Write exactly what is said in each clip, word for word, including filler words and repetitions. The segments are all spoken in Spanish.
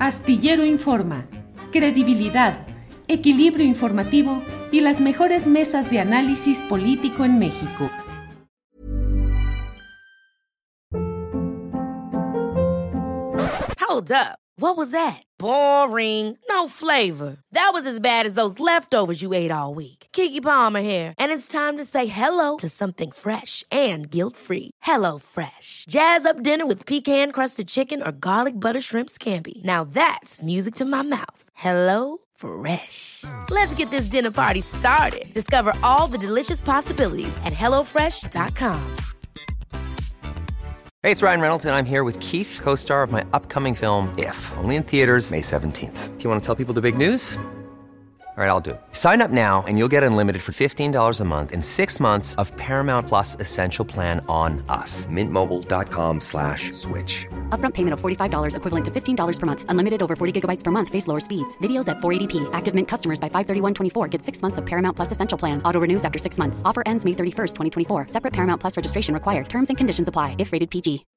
Astillero Informa, credibilidad, equilibrio informativo y las mejores mesas de análisis político en México. Hold up. What was that? Boring. No flavor. That was as bad as those leftovers you ate all week. Keke Palmer here, and it's time to say hello to something fresh and guilt-free. Hello Fresh. Jazz up dinner with pecan-crusted chicken or garlic butter shrimp scampi. Now that's music to my mouth. Hello Fresh. Let's get this dinner party started. Discover all the delicious possibilities at hello fresh dot com. Hey, it's Ryan Reynolds, and I'm here with Keith, co-star of my upcoming film, If, only in theaters May seventeenth. Do you want to tell people the big news? All right, I'll do it. Sign up now and you'll get unlimited for fifteen dollars a month and six months of Paramount Plus Essential Plan on us. Mint Mobile dot com slash switch. Upfront payment of forty-five dollars equivalent to fifteen dollars per month. Unlimited over forty gigabytes per month. Face lower speeds. Videos at four eighty p. Active Mint customers by five thirty-one twenty-four get six months of Paramount Plus Essential Plan. Auto renews after six months. Offer ends May thirty-first, twenty twenty-four. Separate Paramount Plus registration required. Terms and conditions apply if rated P G.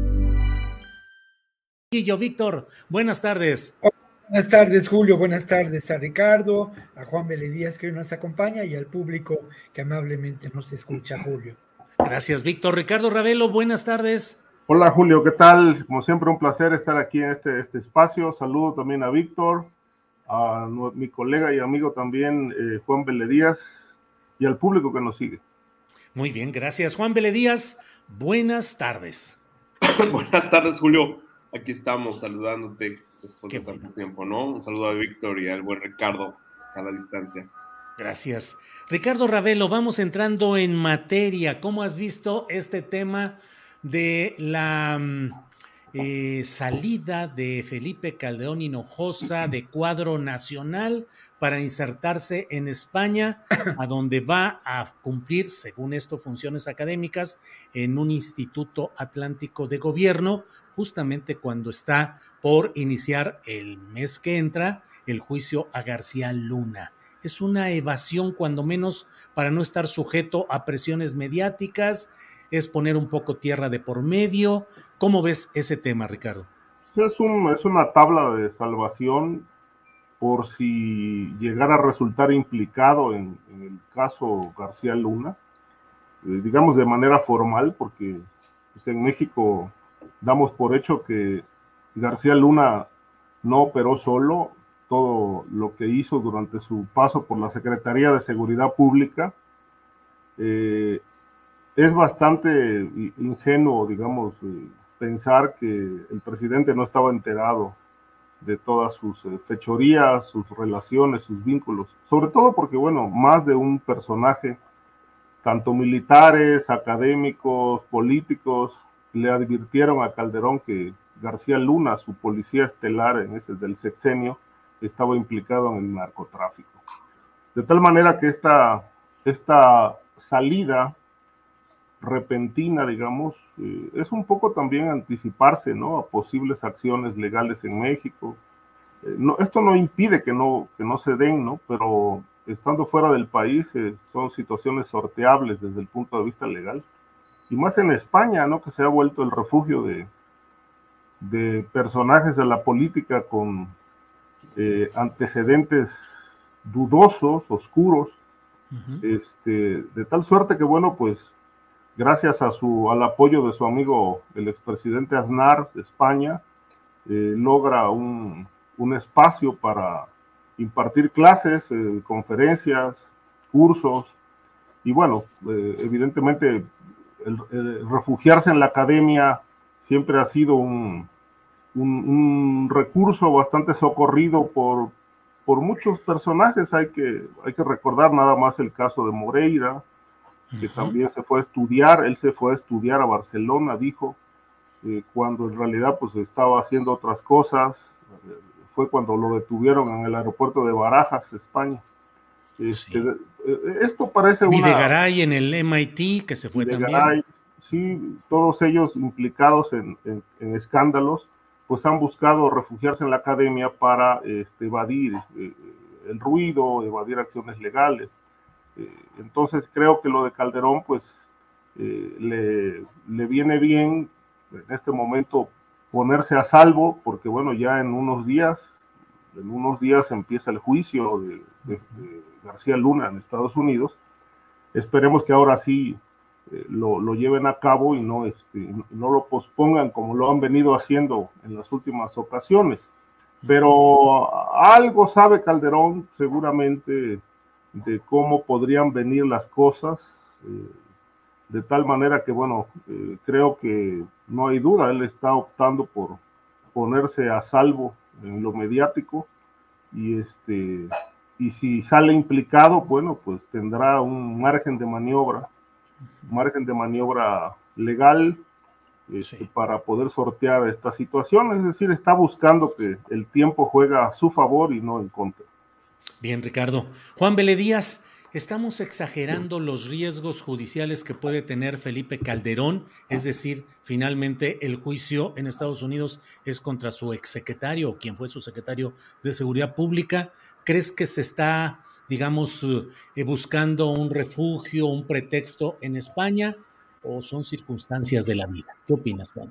Y yo, Víctor, buenas tardes. Buenas tardes, Julio. Buenas tardes a Ricardo, a Juan Vélez Díaz, que hoy nos acompaña, y al público que amablemente nos escucha, Julio. Gracias, Víctor. Ricardo Ravelo, buenas tardes. Hola, Julio, ¿qué tal? Como siempre, un placer estar aquí en este, este espacio. Saludo también a Víctor, a mi colega y amigo también, eh, Juan Vélez Díaz, y al público que nos sigue. Muy bien, gracias. Juan Vélez Díaz, buenas tardes. Buenas tardes, Julio. Aquí estamos saludándote después Qué de tanto bueno. tiempo, ¿no? Un saludo a Víctor y al buen Ricardo a la distancia. Gracias. Ricardo Ravelo, vamos entrando en materia. ¿Cómo has visto este tema de la eh, salida de Felipe Calderón Hinojosa de cuadro nacional para insertarse en España, a donde va a cumplir, según esto, funciones académicas en un instituto atlántico de gobierno, justamente cuando está por iniciar el mes que entra el juicio a García Luna? Es una evasión, cuando menos, para no estar sujeto a presiones mediáticas, es poner un poco tierra de por medio. ¿Cómo ves ese tema, Ricardo? Es, un, es una tabla de salvación por si llegara a resultar implicado en, en el caso García Luna, eh, digamos de manera formal, porque pues, en México damos por hecho que García Luna no operó solo. Todo lo que hizo durante su paso por la Secretaría de Seguridad Pública eh, es bastante ingenuo, digamos, eh, pensar que el presidente no estaba enterado de todas sus eh, fechorías, sus relaciones, sus vínculos, sobre todo porque, bueno, más de un personaje, tanto militares, académicos, políticos, le advirtieron a Calderón que García Luna, su policía estelar en ese del sexenio, estaba implicado en el narcotráfico. De tal manera que esta, esta salida repentina, digamos, eh, es un poco también anticiparse, ¿no?, a posibles acciones legales en México. Eh, no, esto no impide que no, que no se den, ¿no?, pero estando fuera del país eh, son situaciones sorteables desde el punto de vista legal. Y más en España, ¿no?, que se ha vuelto el refugio de, de personajes de la política con eh, antecedentes dudosos, oscuros, uh-huh. este, de tal suerte que, bueno, pues, gracias a su, al apoyo de su amigo, el expresidente Aznar de España, eh, logra un, un espacio para impartir clases, eh, conferencias, cursos, y bueno, eh, evidentemente el, el refugiarse en la academia siempre ha sido un, un, un recurso bastante socorrido por, por muchos personajes. Hay que, hay que recordar nada más el caso de Moreira, que uh-huh. también se fue a estudiar, él se fue a estudiar a Barcelona, dijo, eh, cuando en realidad pues estaba haciendo otras cosas. Eh, fue cuando lo detuvieron en el aeropuerto de Barajas, España. Este, sí. eh, esto parece una... Videgaray en el M I T, que se fue Videgaray, también. Sí, todos ellos implicados en, en, en escándalos, pues han buscado refugiarse en la academia para este, evadir eh, el ruido, evadir acciones legales. Eh, entonces creo que lo de Calderón pues eh, le, le viene bien en este momento ponerse a salvo, porque bueno, ya en unos días, en unos días empieza el juicio de, de, de García Luna en Estados Unidos. Esperemos que ahora sí eh, lo, lo lleven a cabo y no, este, no lo pospongan como lo han venido haciendo en las últimas ocasiones. Pero algo sabe Calderón seguramente de cómo podrían venir las cosas, eh, de tal manera que, bueno, eh, creo que no hay duda, él está optando por ponerse a salvo en lo mediático, y este y si sale implicado, bueno, pues tendrá un margen de maniobra, margen de maniobra legal, este, sí, para poder sortear esta situación. Es decir, está buscando que el tiempo juega a su favor y no en contra. Bien, Ricardo. Juan Vélez Díaz, ¿estamos exagerando los riesgos judiciales que puede tener Felipe Calderón? Es decir, finalmente el juicio en Estados Unidos es contra su exsecretario, o quien fue su secretario de Seguridad Pública. ¿Crees que se está, digamos, eh, buscando un refugio, un pretexto en España, o son circunstancias de la vida? ¿Qué opinas, Juan?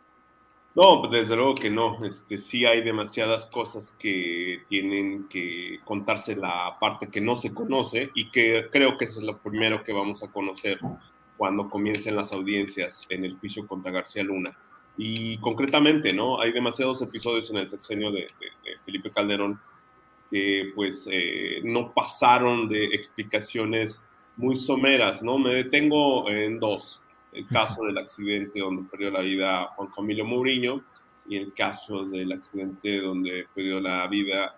No, desde luego que no. Este, sí hay demasiadas cosas que tienen que contarse la parte que no se conoce, y que creo que eso es lo primero que vamos a conocer cuando comiencen las audiencias en el juicio contra García Luna. Y concretamente, ¿no? Hay demasiados episodios en el sexenio de, de, de Felipe Calderón que pues eh, no pasaron de explicaciones muy someras, ¿no? Me detengo en dos. El caso del accidente donde perdió la vida Juan Camilo Mourinho, y el caso del accidente donde perdió la vida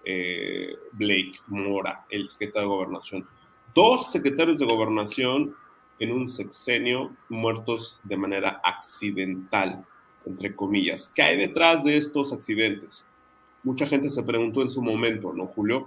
eh, Blake Mora, el secretario de Gobernación. Dos secretarios de Gobernación en un sexenio muertos de manera accidental, entre comillas. ¿Qué hay detrás de estos accidentes? Mucha gente se preguntó en su momento, ¿no, Julio?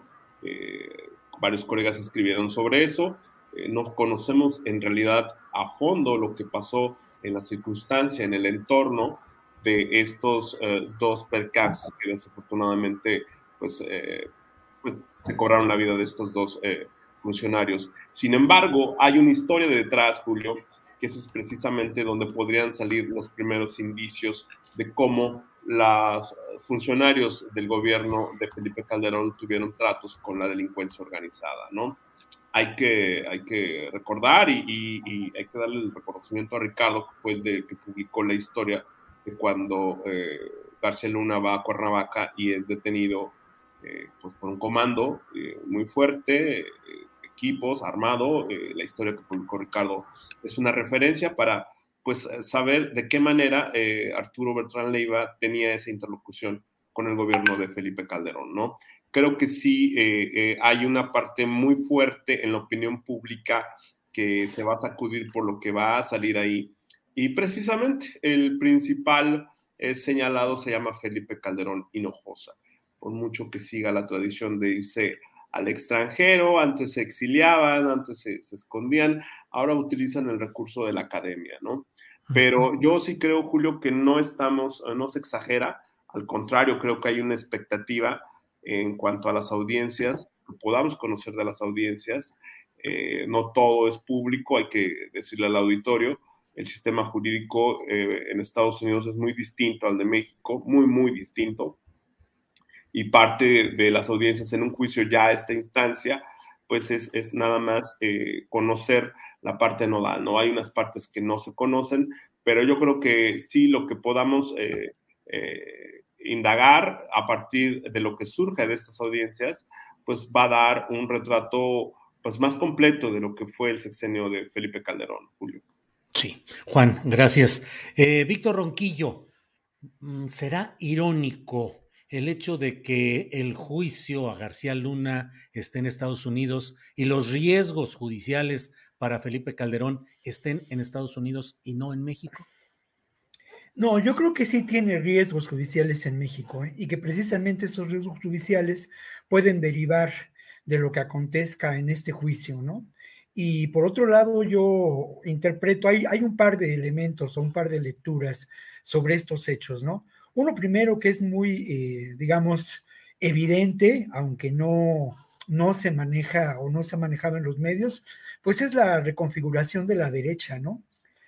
Eh, varios colegas escribieron sobre eso. Eh, no conocemos en realidad a fondo lo que pasó en la circunstancia, en el entorno de estos eh, dos percances que desafortunadamente pues, eh, pues, se cobraron la vida de estos dos eh, funcionarios. Sin embargo, hay una historia de detrás, Julio, que ese es precisamente donde podrían salir los primeros indicios de cómo los funcionarios del gobierno de Felipe Calderón tuvieron tratos con la delincuencia organizada, ¿no? Hay que, hay que recordar y, y, y hay que darle el reconocimiento a Ricardo, que fue el de, que publicó la historia de cuando eh, García Luna va a Cuernavaca y es detenido eh, pues por un comando eh, muy fuerte, eh, equipos, armado. Eh, la historia que publicó Ricardo es una referencia para pues, saber de qué manera eh, Arturo Beltrán Leiva tenía esa interlocución con el gobierno de Felipe Calderón, ¿no? Creo que sí eh, eh, hay una parte muy fuerte en la opinión pública que se va a sacudir por lo que va a salir ahí. Y precisamente el principal eh, señalado se llama Felipe Calderón Hinojosa. Por mucho que siga la tradición de irse al extranjero, antes se exiliaban, antes se, se escondían, ahora utilizan el recurso de la academia, ¿no? Pero yo sí creo, Julio, que no estamos, no se exagera, al contrario, creo que hay una expectativa en cuanto a las audiencias, que podamos conocer de las audiencias. Eh, no todo es público, hay que decirle al auditorio. El sistema jurídico eh, en Estados Unidos es muy distinto al de México, muy, muy distinto. Y parte de las audiencias en un juicio ya a esta instancia, pues es, es nada más eh, conocer la parte nodal, ¿no? Hay unas partes que no se conocen, pero yo creo que sí lo que podamos eh, eh, indagar a partir de lo que surge de estas audiencias, pues va a dar un retrato pues más completo de lo que fue el sexenio de Felipe Calderón, Julio. Sí, Juan, gracias. Eh, Víctor Ronquillo, ¿será irónico el hecho de que el juicio a García Luna esté en Estados Unidos y los riesgos judiciales para Felipe Calderón estén en Estados Unidos y no en México? No, yo creo que sí tiene riesgos judiciales en México, ¿eh? Y que precisamente esos riesgos judiciales pueden derivar de lo que acontezca en este juicio, ¿no? Y por otro lado, yo interpreto, hay, hay un par de elementos o un par de lecturas sobre estos hechos, ¿no? Uno primero que es muy, eh, digamos, evidente, aunque no, no se maneja o no se ha manejado en los medios, pues es la reconfiguración de la derecha, ¿no?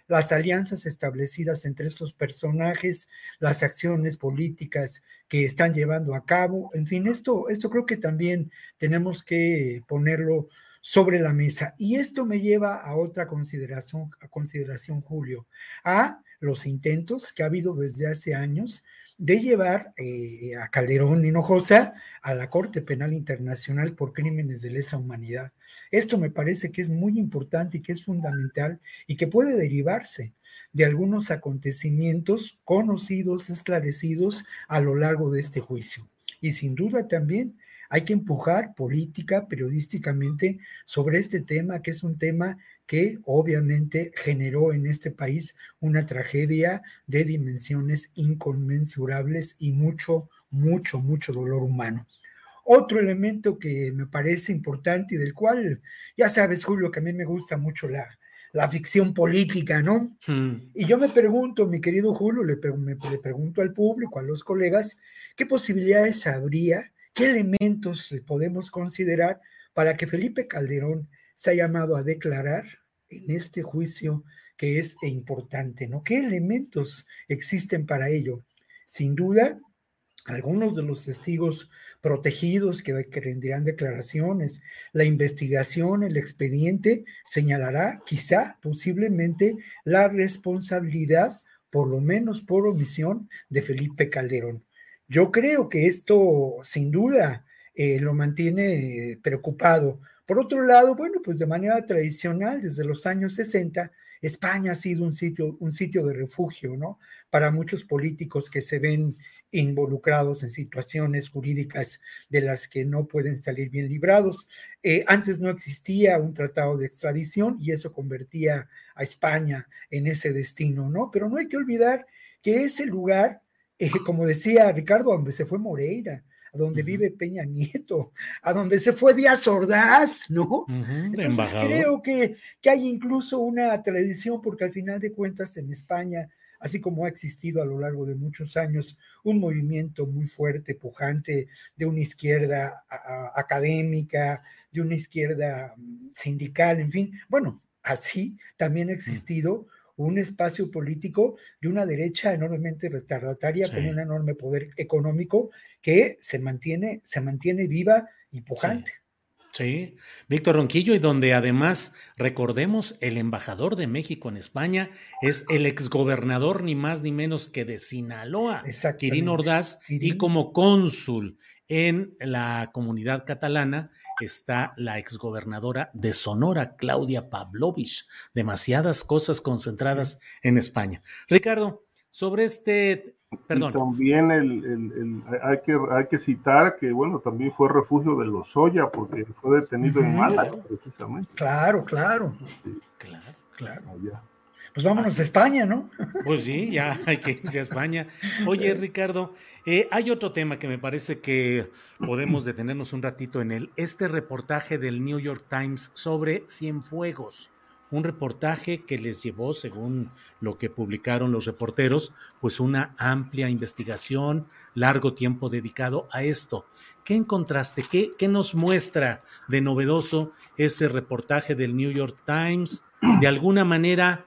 las alianzas establecidas entre estos personajes, las acciones políticas que están llevando a cabo, en fin, esto, esto creo que también tenemos que ponerlo sobre la mesa. Y esto me lleva a otra consideración, a consideración, Julio, a los intentos que ha habido desde hace años de llevar eh, a Calderón Hinojosa a la Corte Penal Internacional por crímenes de lesa humanidad. Esto me parece que es muy importante y que es fundamental y que puede derivarse de algunos acontecimientos conocidos, esclarecidos a lo largo de este juicio. Y sin duda también hay que empujar política, periodísticamente, sobre este tema, que es un tema que obviamente generó en este país una tragedia de dimensiones inconmensurables y mucho, mucho, mucho dolor humano. Otro elemento que me parece importante y del cual, ya sabes, Julio, que a mí me gusta mucho la, la ficción política, ¿no? Hmm. Y yo me pregunto, mi querido Julio, le, me, le pregunto al público, a los colegas, ¿qué posibilidades habría, qué elementos podemos considerar para que Felipe Calderón sea llamado a declarar en este juicio que es importante, ¿no? ¿Qué elementos existen para ello? Sin duda, algunos de los testigos protegidos que, que rendirán declaraciones, la investigación, el expediente señalará quizá, posiblemente, la responsabilidad, por lo menos por omisión, de Felipe Calderón. Yo creo que esto, sin duda, eh, lo mantiene preocupado. Por otro lado, bueno, pues de manera tradicional, desde los años sesenta, España ha sido un sitio, un sitio de refugio, ¿no? Para muchos políticos que se ven involucrados en situaciones jurídicas de las que no pueden salir bien librados. Eh, antes no existía un tratado de extradición y eso convertía a España en ese destino, ¿no? Pero no hay que olvidar que ese lugar, eh, como decía Ricardo, a donde se fue Moreira, a donde uh-huh. vive Peña Nieto, a donde se fue Díaz Ordaz, ¿no? Uh-huh, Entonces creo que, que hay incluso una tradición, porque al final de cuentas en España, así como ha existido a lo largo de muchos años un movimiento muy fuerte, pujante, de una izquierda a, a, académica, de una izquierda sindical, en fin, bueno, así también ha existido uh-huh. un espacio político de una derecha enormemente retardataria, sí. con un enorme poder económico que se mantiene, se mantiene viva y pujante. Sí. Sí, Víctor Ronquillo, y donde además, recordemos, el embajador de México en España es el exgobernador ni más ni menos que de Sinaloa, Quirino Ordaz, Quirino. Y como cónsul en la comunidad catalana está la exgobernadora de Sonora, Claudia Pavlovich. Demasiadas cosas concentradas sí. en España. Ricardo, sobre este... Perdón. Y también el, el, el, hay, que, hay que citar que, bueno, también fue refugio de Lozoya, porque fue detenido uh-huh. en Málaga, precisamente. Claro, claro. Sí. Claro, claro. Allá. Pues vámonos Así. a España, ¿no? Pues sí, ya hay que irse a España. Oye, Ricardo, eh, hay otro tema que me parece que podemos detenernos un ratito en él. Este reportaje del New York Times sobre Cienfuegos. Un reportaje que les llevó, según lo que publicaron los reporteros, pues una amplia investigación, largo tiempo dedicado a esto. ¿Qué encontraste? ¿Qué, qué nos muestra de novedoso ese reportaje del New York Times? ¿De alguna manera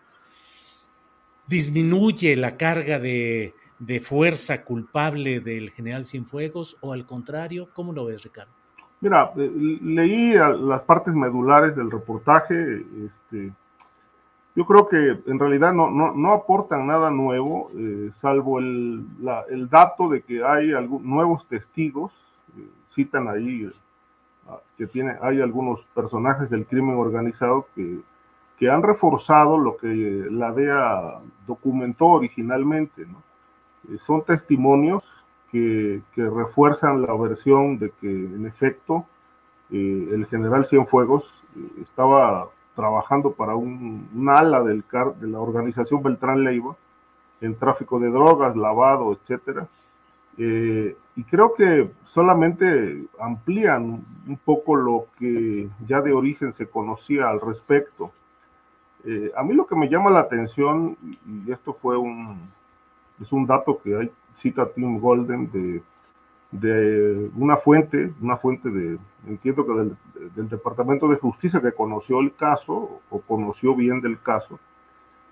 disminuye la carga de, de fuerza culpable del general Cienfuegos o al contrario? ¿Cómo lo ves, Ricardo? Mira, eh, leí las partes medulares del reportaje. Este, yo creo que en realidad no, no, no aportan nada nuevo, eh, salvo el, la, el dato de que hay algún, nuevos testigos. Eh, citan ahí eh, que tiene, hay algunos personajes del crimen organizado que, que han reforzado lo que la D E A documentó originalmente, ¿no? Eh, son testimonios Que, que refuerzan la versión de que en efecto eh, el general Cienfuegos eh, estaba trabajando para un, un ala del car, de la organización Beltrán Leiva en tráfico de drogas, lavado, etcétera. Eh, y creo que solamente amplían un poco lo que ya de origen se conocía al respecto. Eh, a mí lo que me llama la atención, y esto fue un, es un dato que hay, cita Tim Golden de, de una fuente, una fuente de, entiendo que del, del Departamento de Justicia que conoció el caso, o conoció bien del caso,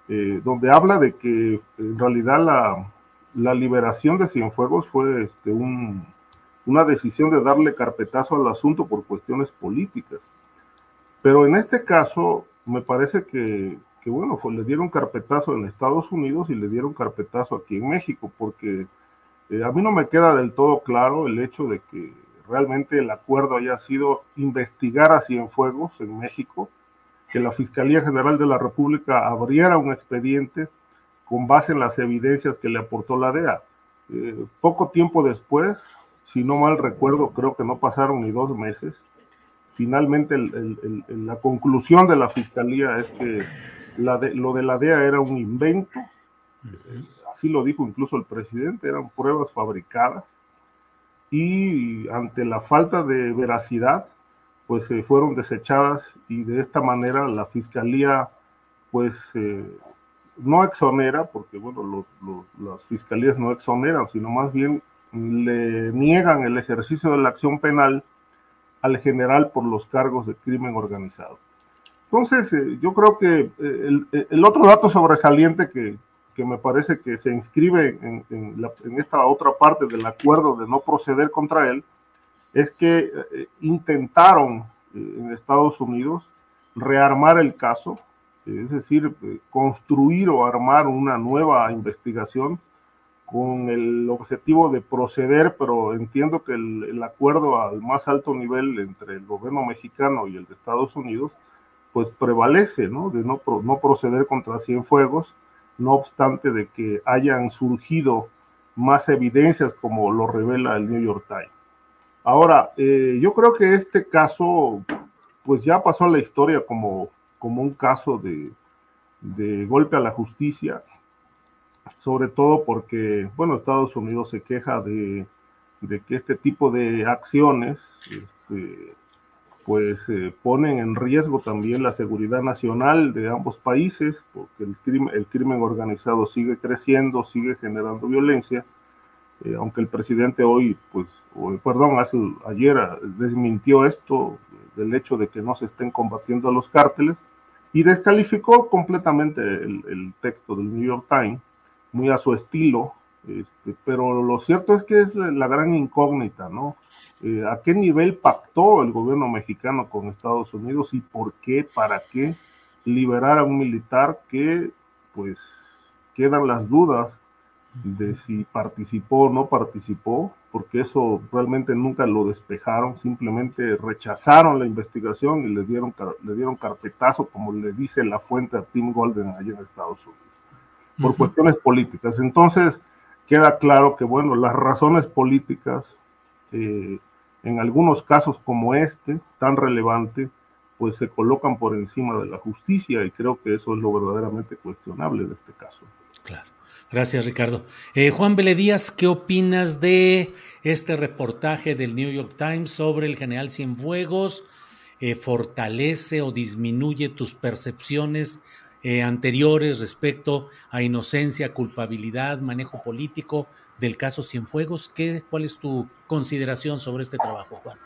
eh, donde habla de que en realidad la, la liberación de Cienfuegos fue este, un, una decisión de darle carpetazo al asunto por cuestiones políticas. Pero en este caso, me parece que, que bueno, pues le dieron carpetazo en Estados Unidos y le dieron carpetazo aquí en México, porque eh, a mí no me queda del todo claro el hecho de que realmente el acuerdo haya sido investigar a Cienfuegos en México, que la Fiscalía General de la República abriera un expediente con base en las evidencias que le aportó la D E A. Eh, poco tiempo después, si no mal recuerdo, creo que no pasaron ni dos meses, finalmente el, el, el, la conclusión de la Fiscalía es que la de, lo de la D E A era un invento, uh-huh. Así lo dijo incluso el presidente, eran pruebas fabricadas, y ante la falta de veracidad, pues se eh, fueron desechadas, y de esta manera la Fiscalía, pues, eh, no exonera, porque, bueno, lo, lo, las fiscalías no exoneran, sino más bien le niegan el ejercicio de la acción penal al general por los cargos de crimen organizado. Entonces, eh, yo creo que eh, el, el otro dato sobresaliente que, que me parece que se inscribe en, en, la, en esta otra parte del acuerdo de no proceder contra él, es que eh, intentaron eh, en Estados Unidos rearmar el caso, eh, es decir, eh, construir o armar una nueva investigación con el objetivo de proceder, pero entiendo que el, el acuerdo al más alto nivel entre el gobierno mexicano y el de Estados Unidos, pues prevalece, ¿no? De no, pro, no proceder contra Cienfuegos, no obstante de que hayan surgido más evidencias como lo revela el New York Times. Ahora, eh, yo creo que este caso, pues ya pasó a la historia como, como un caso de, de golpe a la justicia, sobre todo porque, bueno, Estados Unidos se queja de, de que este tipo de acciones, este, pues eh, ponen en riesgo también la seguridad nacional de ambos países, porque el crimen, el crimen organizado sigue creciendo, sigue generando violencia. Eh, aunque el presidente hoy, pues, o, perdón, hace, ayer desmintió esto, del hecho de que no se estén combatiendo a los cárteles, y descalificó completamente el, el texto del New York Times, muy a su estilo, este, pero lo cierto es que es la gran incógnita, ¿no? Eh, ¿A qué nivel pactó el gobierno mexicano con Estados Unidos y por qué, para qué liberar a un militar que, pues, quedan las dudas de si participó o no participó, porque eso realmente nunca lo despejaron, simplemente rechazaron la investigación y le dieron, le dieron carpetazo, como le dice la fuente a Tim Golden allá en Estados Unidos, por uh-huh. cuestiones políticas. Entonces, queda claro que, bueno, las razones políticas, eh, en algunos casos como este, tan relevante, pues se colocan por encima de la justicia, y creo que eso es lo verdaderamente cuestionable de este caso. Claro. Gracias, Ricardo. Eh, Juan Vélez Díaz, ¿qué opinas de este reportaje del New York Times sobre el general Cienfuegos? Eh, ¿Fortalece o disminuye tus percepciones eh, anteriores respecto a inocencia, culpabilidad, manejo político del caso Cienfuegos? ¿Qué, ¿Cuál es tu consideración sobre este trabajo, Juan?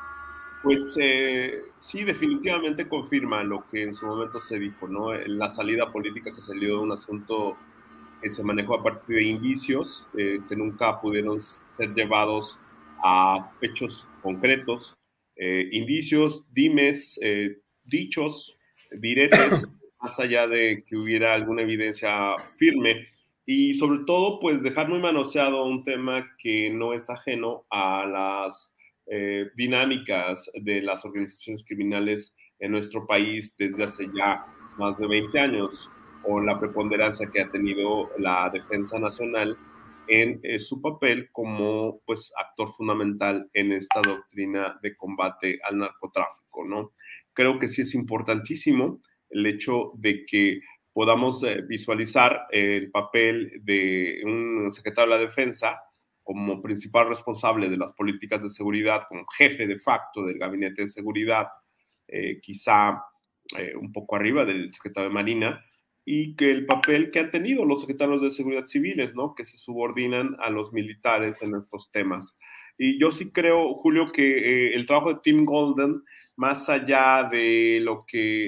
Pues eh, sí, definitivamente confirma lo que en su momento se dijo, ¿no? La salida política que salió de un asunto que se manejó a partir de indicios eh, que nunca pudieron ser llevados a hechos concretos, eh, indicios, dimes, eh, dichos, diretes, más allá de que hubiera alguna evidencia firme, y sobre todo, pues dejar muy manoseado un tema que no es ajeno a las eh, dinámicas de las organizaciones criminales en nuestro país desde hace ya más de veinte años, o la preponderancia que ha tenido la Defensa Nacional en eh, su papel como, pues, actor fundamental en esta doctrina de combate al narcotráfico, ¿no? Creo que sí es importantísimo el hecho de que podamos eh, visualizar eh, el papel de un secretario de la Defensa como principal responsable de las políticas de seguridad, como jefe de facto del Gabinete de Seguridad, eh, quizá eh, un poco arriba del secretario de Marina, y que el papel que han tenido los secretarios de seguridad civiles, ¿no? Que se subordinan a los militares en estos temas. Y yo sí creo, Julio, que eh, el trabajo de Tim Golden, más allá de lo que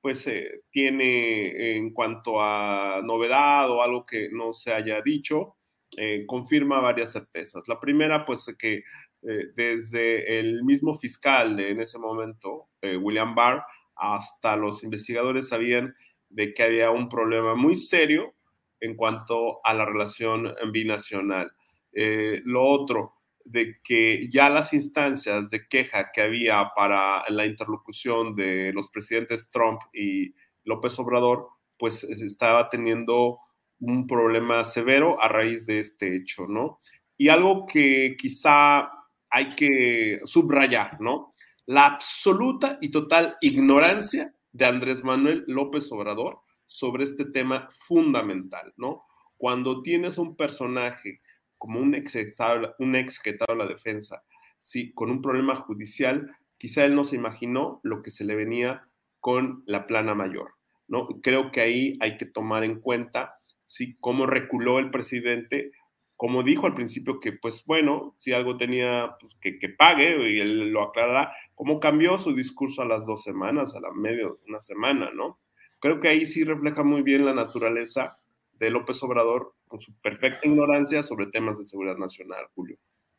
pues eh, tiene en cuanto a novedad o algo que no se haya dicho, eh, confirma varias certezas. La primera, pues que eh, desde el mismo fiscal en ese momento, eh, William Barr, hasta los investigadores sabían de que había un problema muy serio en cuanto a la relación binacional. Eh, lo otro, de que ya las instancias de queja que había para la interlocución de los presidentes Trump y López Obrador, pues estaba teniendo un problema severo a raíz de este hecho, ¿no? Y algo que quizá hay que subrayar, ¿no? La absoluta y total ignorancia de Andrés Manuel López Obrador sobre este tema fundamental, ¿no? Cuando tienes un personaje como un ex un ex secretario de la defensa, ¿sí? Con un problema judicial, quizá él no se imaginó lo que se le venía con la plana mayor, ¿no? Creo que ahí hay que tomar en cuenta, ¿sí? Cómo reculó el presidente, como dijo al principio que, pues bueno, si algo tenía, pues que, que pague, y él lo aclarará, cómo cambió su discurso a las dos semanas, a la media, una semana, ¿no? Creo que ahí sí refleja muy bien la naturaleza de López Obrador con su perfecta ignorancia sobre temas de seguridad nacional, Julio.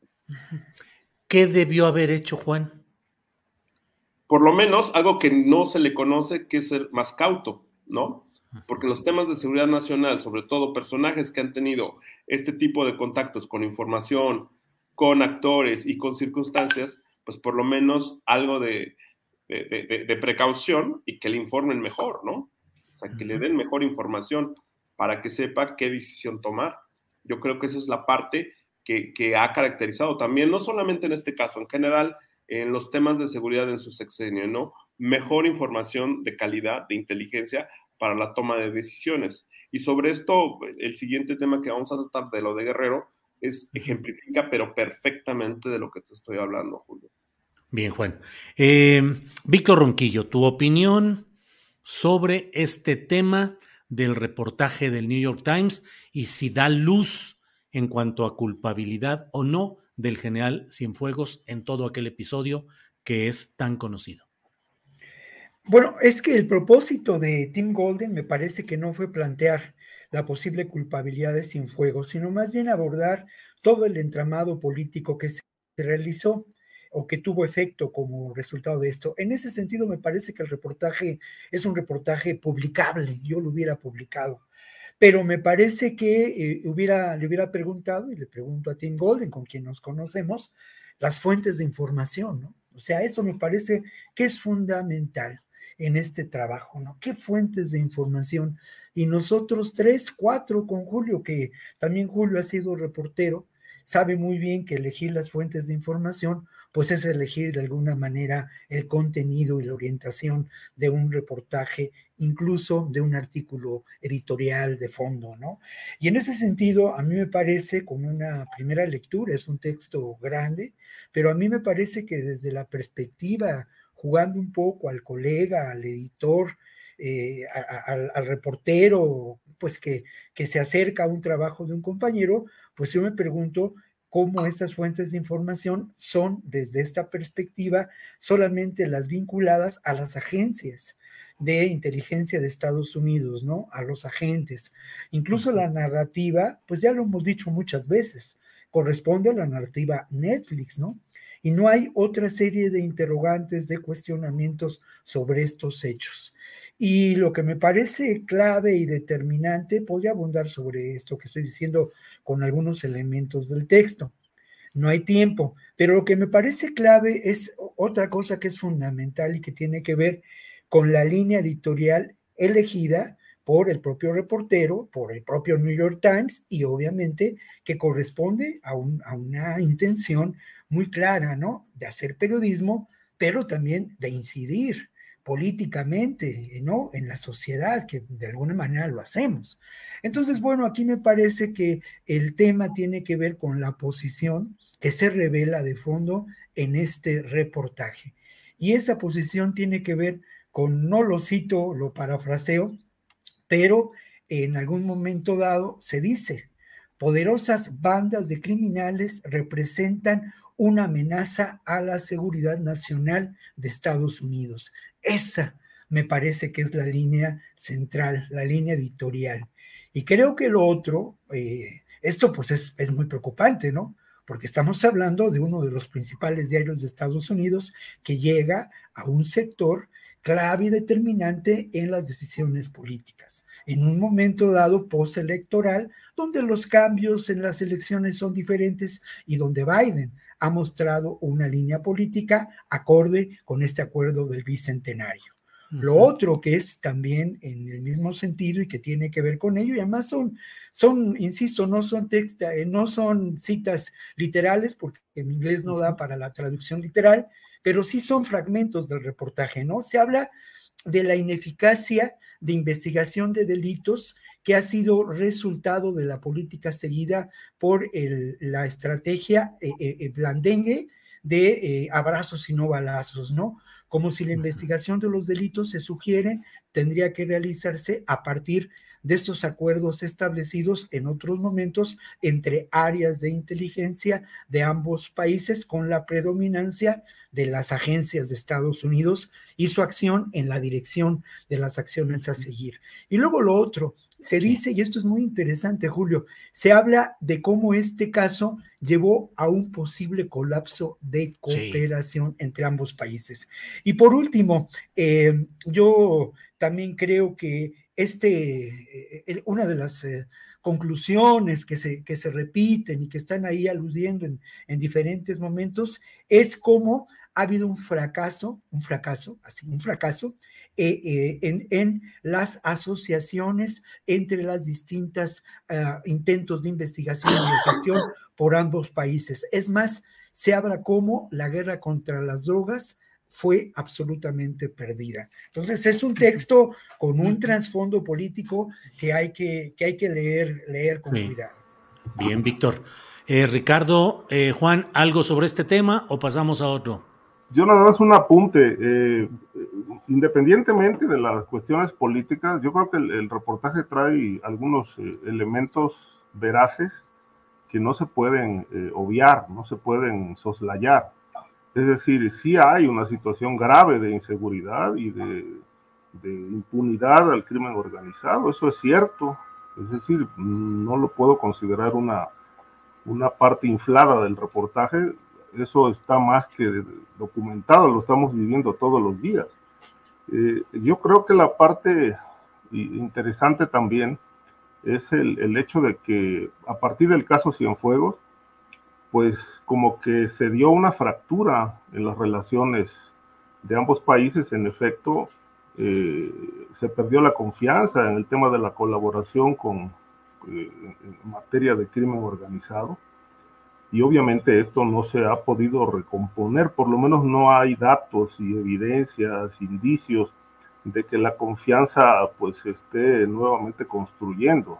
¿Qué debió haber hecho Juan? Por lo menos algo que no se le conoce, que es ser más cauto, ¿no? Porque los temas de seguridad nacional, sobre todo personajes que han tenido este tipo de contactos con información, con actores y con circunstancias, pues por lo menos algo de, de, de, de precaución y que le informen mejor, ¿no? O sea, que le den mejor información para que sepa qué decisión tomar. Yo creo que esa es la parte que, que ha caracterizado también, no solamente en este caso, en general, en los temas de seguridad en su sexenio, ¿no? Mejor información de calidad, de inteligencia para la toma de decisiones. Y sobre esto, el siguiente tema que vamos a tratar de lo de Guerrero es ejemplifica, pero perfectamente de lo que te estoy hablando, Julio. Bien, Juan. Eh, Víctor Ronquillo, tu opinión sobre este tema del reportaje del New York Times y si da luz en cuanto a culpabilidad o no del general Cienfuegos en todo aquel episodio que es tan conocido. Bueno, es que el propósito de Tim Golden me parece que no fue plantear la posible culpabilidad de Cienfuegos, sino más bien abordar todo el entramado político que se realizó o que tuvo efecto como resultado de esto. En ese sentido, me parece que el reportaje es un reportaje publicable, yo lo hubiera publicado, pero me parece que eh, hubiera, le hubiera preguntado, y le pregunto a Tim Golden, con quien nos conocemos, las fuentes de información, ¿no? O sea, eso me parece que es fundamental en este trabajo, ¿no? ¿Qué fuentes de información? Y nosotros tres, cuatro con Julio, que también Julio ha sido reportero, sabe muy bien que elegir las fuentes de información, pues es elegir de alguna manera el contenido y la orientación de un reportaje, incluso de un artículo editorial de fondo, ¿no? Y en ese sentido, a mí me parece, como una primera lectura, es un texto grande, pero a mí me parece que desde la perspectiva, jugando un poco al colega, al editor, eh, a, a, al, al reportero, pues que, que se acerca a un trabajo de un compañero, pues yo me pregunto cómo estas fuentes de información son, desde esta perspectiva, solamente las vinculadas a las agencias de inteligencia de Estados Unidos, ¿no? A los agentes. Incluso la narrativa, pues ya lo hemos dicho muchas veces, corresponde a la narrativa Netflix, ¿no? Y no hay otra serie de interrogantes, de cuestionamientos sobre estos hechos. Y lo que me parece clave y determinante, podría abundar sobre esto que estoy diciendo con algunos elementos del texto. No hay tiempo, pero lo que me parece clave es otra cosa que es fundamental y que tiene que ver con la línea editorial elegida por el propio reportero, por el propio New York Times y obviamente que corresponde a, un, a una intención muy clara, ¿no? De hacer periodismo, pero también de incidir políticamente, ¿no? En la sociedad, que de alguna manera lo hacemos. Entonces, bueno, aquí me parece que el tema tiene que ver con la posición que se revela de fondo en este reportaje. Y esa posición tiene que ver con, no lo cito, lo parafraseo, pero en algún momento dado se dice, poderosas bandas de criminales representan una amenaza a la seguridad nacional de Estados Unidos. Esa me parece que es la línea central, la línea editorial. Y creo que lo otro, eh, esto pues es, es muy preocupante, ¿no? Porque estamos hablando de uno de los principales diarios de Estados Unidos que llega a un sector clave y determinante en las decisiones políticas, en un momento dado postelectoral, donde los cambios en las elecciones son diferentes y donde Biden ha mostrado una línea política acorde con este acuerdo del bicentenario. Uh-huh. Lo otro que es también en el mismo sentido y que tiene que ver con ello, y además son, son insisto, no son texta, no son citas literales, porque en inglés no da para la traducción literal, pero sí son fragmentos del reportaje, ¿no? Se habla de la ineficacia de investigación de delitos que ha sido resultado de la política seguida por el, la estrategia eh, eh, blandengue de eh, abrazos y no balazos, ¿no? Como si la investigación de los delitos, se sugiere, tendría que realizarse a partir de estos acuerdos establecidos en otros momentos entre áreas de inteligencia de ambos países, con la predominancia de las agencias de Estados Unidos y su acción en la dirección de las acciones a seguir. Y luego lo otro, se dice, y esto es muy interesante, Julio, se habla de cómo este caso llevó a un posible colapso de cooperación sí. entre ambos países. Y por último, eh, yo también creo que este, eh, una de las eh, conclusiones que se, que se repiten y que están ahí aludiendo en, en diferentes momentos es cómo ha habido un fracaso, un fracaso, así, un fracaso eh, eh, en, en las asociaciones entre las distintas uh, intentos de investigación y de gestión por ambos países. Es más, se habla como la guerra contra las drogas fue absolutamente perdida. Entonces es un texto con un trasfondo político que hay que, que, hay que leer, leer con sí. cuidado. Bien, Víctor. Eh, Ricardo, eh, Juan, ¿algo sobre este tema o pasamos a otro? Yo nada más un apunte. Eh, independientemente de las cuestiones políticas, yo creo que el, el reportaje trae algunos eh, elementos veraces que no se pueden eh, obviar, no se pueden soslayar. Es decir, sí hay una situación grave de inseguridad y de, de impunidad al crimen organizado, eso es cierto. Es decir, no lo puedo considerar una, una parte inflada del reportaje, eso está más que documentado, lo estamos viviendo todos los días. Eh, yo creo que la parte interesante también es el, el hecho de que a partir del caso Cienfuegos, pues como que se dio una fractura en las relaciones de ambos países. En efecto, eh, se perdió la confianza en el tema de la colaboración con, eh, en materia de crimen organizado, y obviamente esto no se ha podido recomponer, por lo menos no hay datos y evidencias, indicios de que la confianza pues se esté nuevamente construyendo.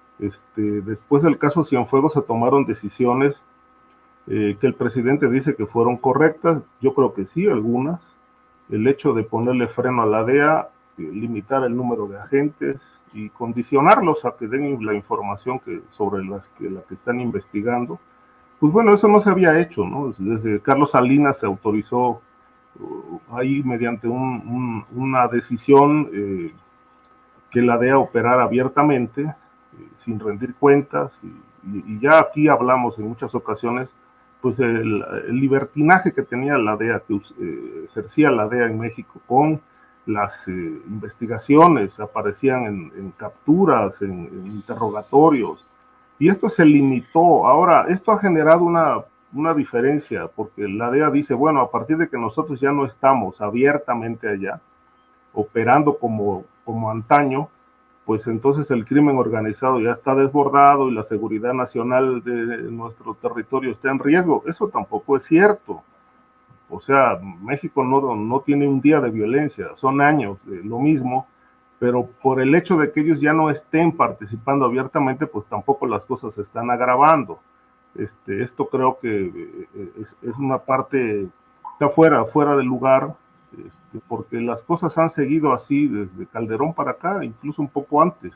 Este, después del caso Cienfuegos se tomaron decisiones Eh, que el presidente dice que fueron correctas. Yo creo que sí, algunas. El hecho de ponerle freno a la D E A, eh, limitar el número de agentes y condicionarlos a que den la información que, sobre las que, la que están investigando, pues bueno, eso no se había hecho, ¿no? Desde Carlos Salinas se autorizó uh, ahí mediante un, un, una decisión eh, que la D E A operara abiertamente, eh, sin rendir cuentas, y, y, y ya aquí hablamos en muchas ocasiones pues el, el libertinaje que tenía la D E A, que eh, ejercía la D E A en México con las eh, investigaciones, aparecían en, en capturas, en, en interrogatorios, y esto se limitó. Ahora, esto ha generado una, una diferencia, porque la D E A dice, bueno, a partir de que nosotros ya no estamos abiertamente allá, operando como, como antaño, pues entonces el crimen organizado ya está desbordado y la seguridad nacional de nuestro territorio está en riesgo. Eso tampoco es cierto. O sea, México no, no tiene un día de violencia, son años de lo mismo, pero por el hecho de que ellos ya no estén participando abiertamente, pues tampoco las cosas se están agravando. Este, esto creo que es, es una parte, está fuera, fuera del lugar, Este, porque las cosas han seguido así desde Calderón para acá, incluso un poco antes,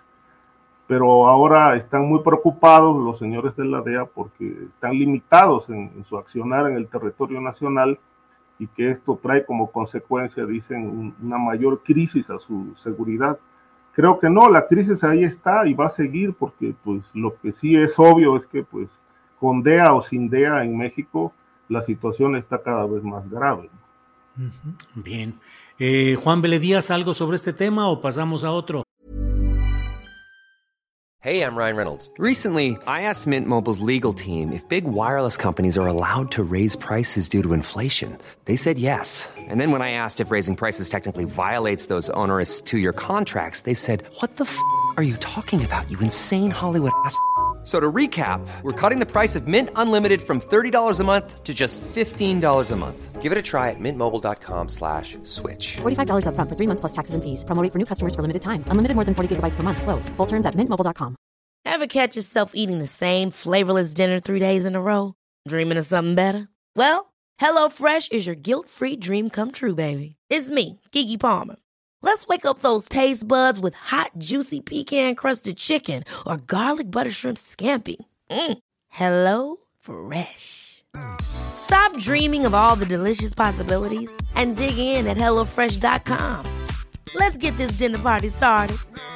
pero ahora están muy preocupados los señores de la D E A porque están limitados en, en su accionar en el territorio nacional, y que esto trae como consecuencia, dicen, una mayor crisis a su seguridad. Creo que no, la crisis ahí está y va a seguir, porque pues lo que sí es obvio es que pues con D E A o sin D E A en México la situación está cada vez más grave. Bien. Eh, Juan Vélez Díaz, ¿algo sobre este tema o pasamos a otro? Hey, I'm Ryan Reynolds. Recently, I asked Mint Mobile's legal team if big wireless companies are allowed to raise prices due to inflation. They said yes. And then when I asked if raising prices technically violates those onerous two-year contracts, they said, what the f*** are you talking about, you insane Hollywood ass f- So to recap, we're cutting the price of Mint Unlimited from thirty dollars a month to just fifteen dollars a month. Give it a try at mintmobile.com slash switch. forty-five dollars up front for three months plus taxes and fees. Promo rate for new customers for limited time. Unlimited more than forty gigabytes per month. Slows full terms at mint mobile dot com. Ever catch yourself eating the same flavorless dinner three days in a row? Dreaming of something better? Well, HelloFresh is your guilt-free dream come true, baby. It's me, Keke Palmer. Let's wake up those taste buds with hot, juicy pecan-crusted chicken or garlic butter shrimp scampi. Mm. Hello Fresh. Stop dreaming of all the delicious possibilities and dig in at hello fresh dot com. Let's get this dinner party started.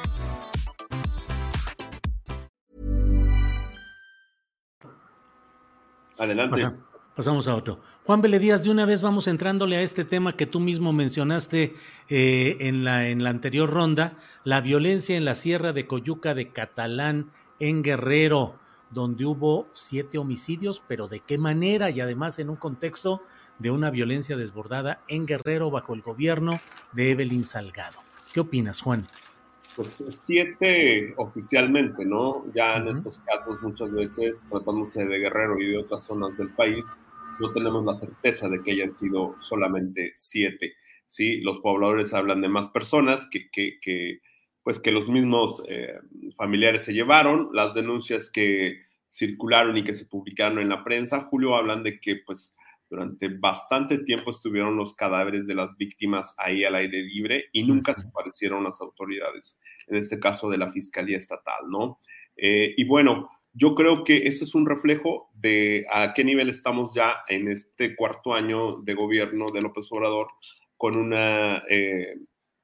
Adelante. Pasa, pasamos a otro. Juan Vélez Díaz, de una vez vamos entrándole a este tema que tú mismo mencionaste eh, en, la, en la anterior ronda, la violencia en la Sierra de Coyuca de Catalán, en Guerrero, donde hubo siete homicidios, pero ¿de qué manera? Y además en un contexto de una violencia desbordada en Guerrero bajo el gobierno de Evelyn Salgado. ¿Qué opinas, Juan? Pues siete oficialmente, ¿no? Ya en Uh-huh. estos casos muchas veces, tratándose de Guerrero y de otras zonas del país, no tenemos la certeza de que hayan sido solamente siete, ¿sí? Los pobladores hablan de más personas que, que, que pues que los mismos eh, familiares se llevaron. Las denuncias que circularon y que se publicaron en la prensa, Julio, hablan de que pues durante bastante tiempo estuvieron los cadáveres de las víctimas ahí al aire libre y nunca uh-huh. se aparecieron las autoridades, en este caso de la Fiscalía Estatal, ¿no? Eh, y bueno, yo creo que este es un reflejo de a qué nivel estamos ya en este cuarto año de gobierno de López Obrador, con una eh,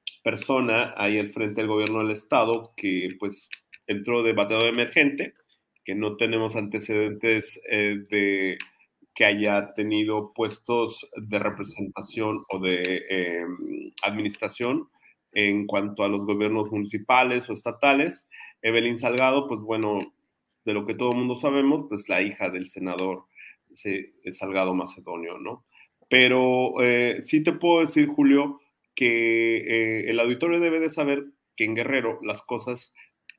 persona ahí al frente del gobierno del Estado que pues entró de bateador emergente, que no tenemos antecedentes eh, de que haya tenido puestos de representación o de eh, administración en cuanto a los gobiernos municipales o estatales. Evelyn Salgado, pues bueno, de lo que todo el mundo sabemos, pues la hija del senador Salgado Macedonio, ¿no? Pero eh, sí te puedo decir, Julio, que eh, el auditorio debe de saber que en Guerrero las cosas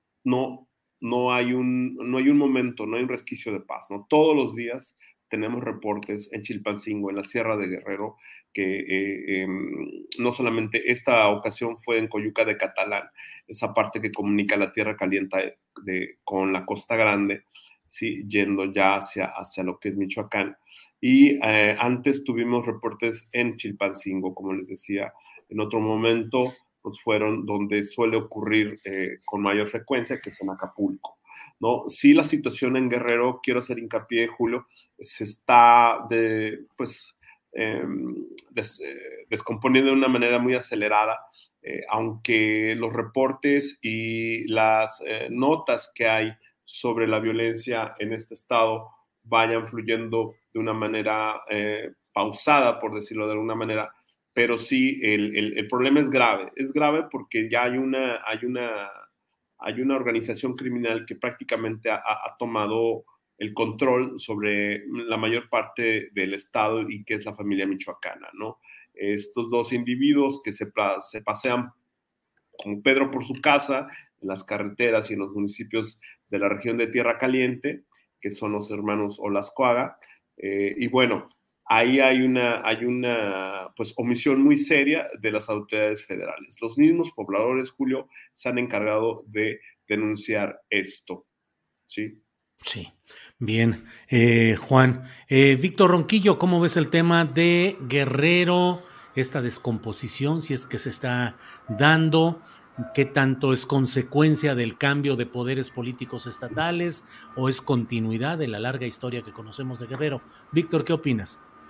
no, no, hay un, no hay un momento, no hay un resquicio de paz, ¿no? Todos los días tenemos reportes en Chilpancingo, en la Sierra de Guerrero, que eh, eh, no solamente esta ocasión fue en Coyuca de Catalán, esa parte que comunica la Tierra Caliente de, con la Costa Grande, ¿sí? Yendo ya hacia, hacia lo que es Michoacán. Y eh, antes tuvimos reportes en Chilpancingo, como les decía, en otro momento pues fueron donde suele ocurrir eh, con mayor frecuencia, que es en Acapulco, ¿no? Sí, la situación en Guerrero, quiero hacer hincapié, Julio, se está de, pues, eh, des, eh, descomponiendo de una manera muy acelerada, eh, aunque los reportes y las eh, notas que hay sobre la violencia en este estado vayan fluyendo de una manera eh, pausada, por decirlo de alguna manera, pero sí, el, el, el problema es grave, es grave porque ya hay una, hay una hay una organización criminal que prácticamente ha, ha tomado el control sobre la mayor parte del estado y que es la familia michoacana, ¿no? Estos dos individuos que se, se pasean como Pedro por su casa, en las carreteras y en los municipios de la región de Tierra Caliente, que son los hermanos Olascoaga, eh, y bueno, ahí hay una, hay una pues, omisión muy seria de las autoridades federales. Los mismos pobladores, Julio, se han encargado de denunciar esto, ¿sí? Sí, bien. Eh, Juan, eh, Víctor Ronquillo, ¿cómo ves el tema de Guerrero, esta descomposición, si es que se está dando? ¿Qué tanto es consecuencia del cambio de poderes políticos estatales o es continuidad de la larga historia que conocemos de Guerrero? Víctor, ¿qué opinas?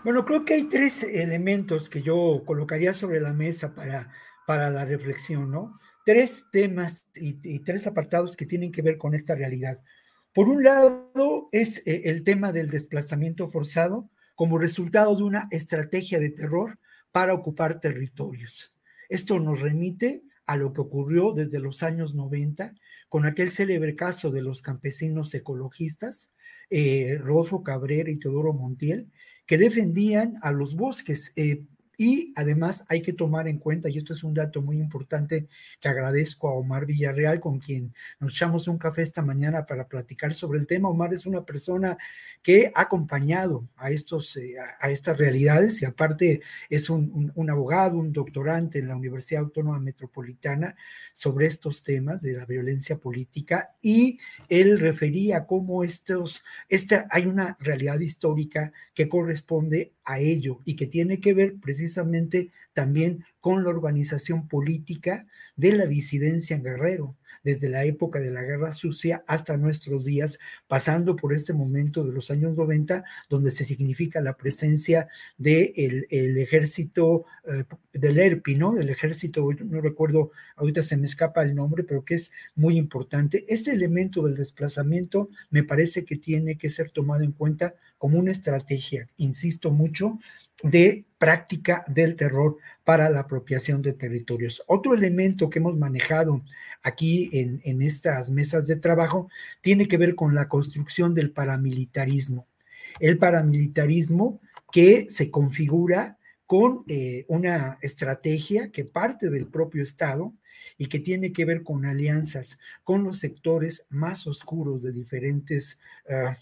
Bueno, creo que hay tres elementos que yo colocaría sobre la mesa para, para la reflexión, ¿no? Tres temas y, y tres apartados que tienen que ver con esta realidad. Por un lado, es eh, el tema del desplazamiento forzado como resultado de una estrategia de terror para ocupar territorios. Esto nos remite a lo que ocurrió desde los años noventa con aquel célebre caso de los campesinos ecologistas, eh, Rodolfo Cabrera y Teodoro Montiel, que defendían a los bosques. Eh, y además hay que tomar en cuenta, y esto es un dato muy importante que agradezco a Omar Villarreal, con quien nos echamos un café esta mañana para platicar sobre el tema. Omar es una persona que ha acompañado a, estos, eh, a, a estas realidades y aparte es un, un, un abogado, un doctorante en la Universidad Autónoma Metropolitana sobre estos temas de la violencia política, y él refería cómo estos, esta, hay una realidad histórica que corresponde a ello y que tiene que ver precisamente también con la organización política de la disidencia en Guerrero, desde la época de la Guerra Sucia hasta nuestros días, pasando por este momento de los años noventa, donde se significa la presencia del el ejército eh, del E R P I, ¿no? Del ejército, no recuerdo, ahorita se me escapa el nombre, pero que es muy importante. Este elemento del desplazamiento me parece que tiene que ser tomado en cuenta como una estrategia, insisto mucho, de práctica del terror para la apropiación de territorios. Otro elemento que hemos manejado aquí en, en estas mesas de trabajo tiene que ver con la construcción del paramilitarismo. El paramilitarismo que se configura con eh, una estrategia que parte del propio Estado y que tiene que ver con alianzas con los sectores más oscuros de diferentes uh,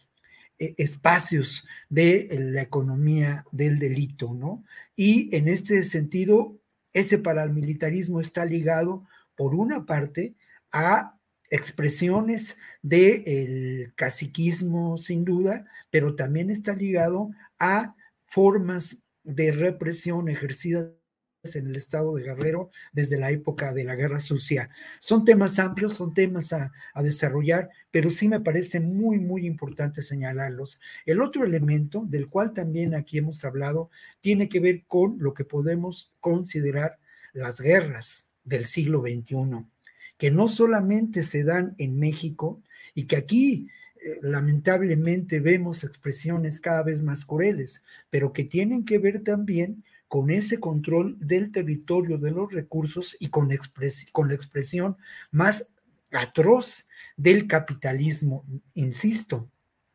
espacios de la economía del delito, ¿no? Y en este sentido, ese paramilitarismo está ligado, por una parte, a expresiones del caciquismo, sin duda, pero también está ligado a formas de represión ejercidas en el estado de Guerrero desde la época de la Guerra Sucia. Son temas amplios, son temas a, a desarrollar, pero sí me parece muy, muy importante señalarlos. El otro elemento, del cual también aquí hemos hablado, tiene que ver con lo que podemos considerar las guerras del siglo veintiuno, que no solamente se dan en México y que aquí eh, lamentablemente vemos expresiones cada vez más crueles, pero que tienen que ver también con ese control del territorio, de los recursos y con, expres con la expresión más atroz del capitalismo, insisto,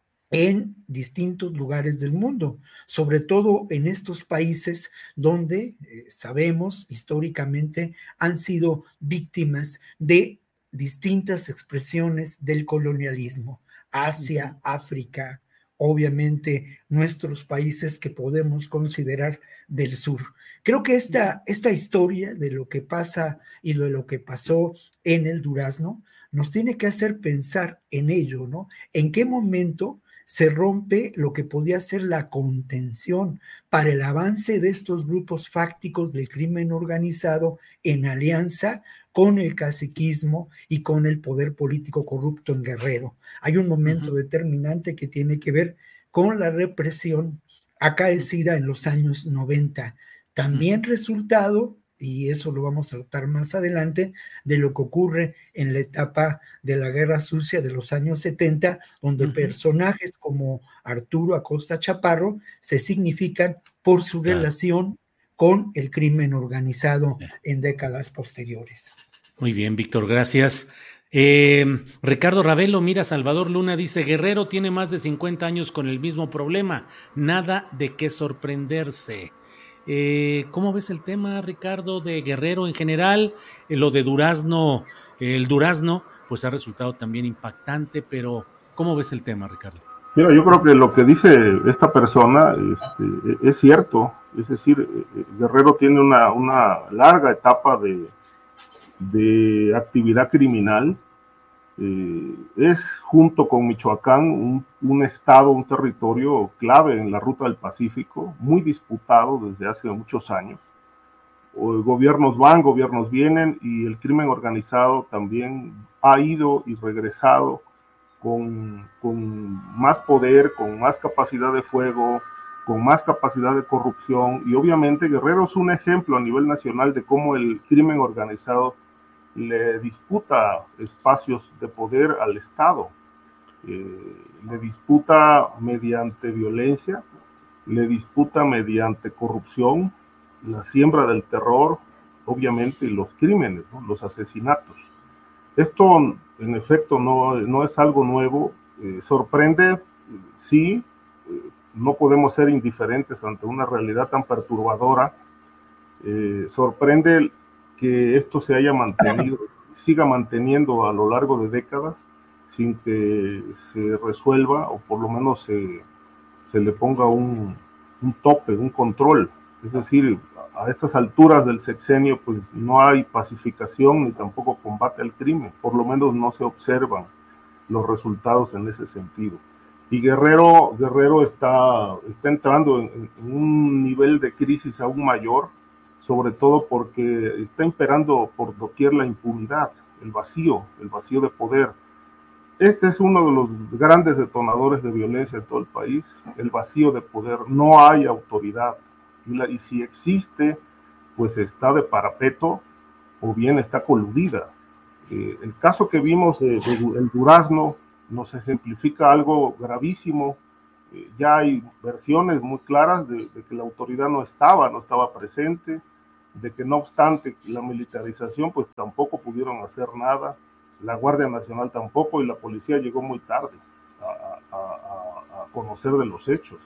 en distintos lugares del mundo, sobre todo en estos países donde eh, sabemos históricamente han sido víctimas de distintas expresiones del colonialismo, Asia, África, obviamente nuestros países que podemos considerar del sur. Creo que esta, esta historia de lo que pasa y de lo que pasó en el Durazno nos tiene que hacer pensar en ello, ¿no? ¿En qué momento se rompe lo que podía ser la contención para el avance de estos grupos fácticos del crimen organizado en alianza con el caciquismo y con el poder político corrupto en Guerrero? Hay un momento uh-huh. determinante que tiene que ver con la represión acaecida en los años noventa, también uh-huh. resultado, y eso lo vamos a tratar más adelante, de lo que ocurre en la etapa de la Guerra Sucia de los años setenta, donde uh-huh. personajes como Arturo Acosta Chaparro se significan por su claro. relación con el crimen organizado en décadas posteriores. Muy bien, Víctor, gracias. Eh, Ricardo Ravelo, mira, Salvador Luna dice, Guerrero tiene más de cincuenta años con el mismo problema, nada de qué sorprenderse. Eh, ¿Cómo ves el tema, Ricardo, de Guerrero en general? Eh, lo de Durazno, eh, el Durazno, pues ha resultado también impactante, pero ¿cómo ves el tema, Ricardo? Mira, yo creo que lo que dice esta persona este, es cierto, es decir, Guerrero tiene una, una larga etapa de, de actividad criminal, eh, es junto con Michoacán un, un estado, un territorio clave en la ruta del Pacífico, muy disputado desde hace muchos años. O gobiernos van, gobiernos vienen, y el crimen organizado también ha ido y regresado con, con más poder, con más capacidad de fuego, con más capacidad de corrupción, y obviamente Guerrero es un ejemplo a nivel nacional de cómo el crimen organizado le disputa espacios de poder al Estado, eh, le disputa mediante violencia, le disputa mediante corrupción, la siembra del terror, obviamente, y los crímenes, ¿no? Los asesinatos. Esto, en efecto, no, no es algo nuevo, eh, sorprende, sí, eh, no podemos ser indiferentes ante una realidad tan perturbadora, eh, sorprende que esto se haya mantenido, siga manteniendo a lo largo de décadas, sin que se resuelva, o por lo menos se, se le ponga un, un tope, un control. Es decir, a estas alturas del sexenio, pues no hay pacificación ni tampoco combate al crimen, por lo menos no se observan los resultados en ese sentido. Y Guerrero, Guerrero está, está entrando en, en un nivel de crisis aún mayor, sobre todo porque está imperando por doquier la impunidad, el vacío, el vacío de poder. Este es uno de los grandes detonadores de violencia en todo el país, el vacío de poder. No hay autoridad, y, la, y si existe, pues está de parapeto o bien está coludida. Eh, el caso que vimos de, de el Durazno nos ejemplifica algo gravísimo. Eh, ya hay versiones muy claras de, de que la autoridad no estaba, no estaba presente, de que no obstante la militarización, pues tampoco pudieron hacer nada, la Guardia Nacional tampoco, y la policía llegó muy tarde a, a, a, a conocer de los hechos.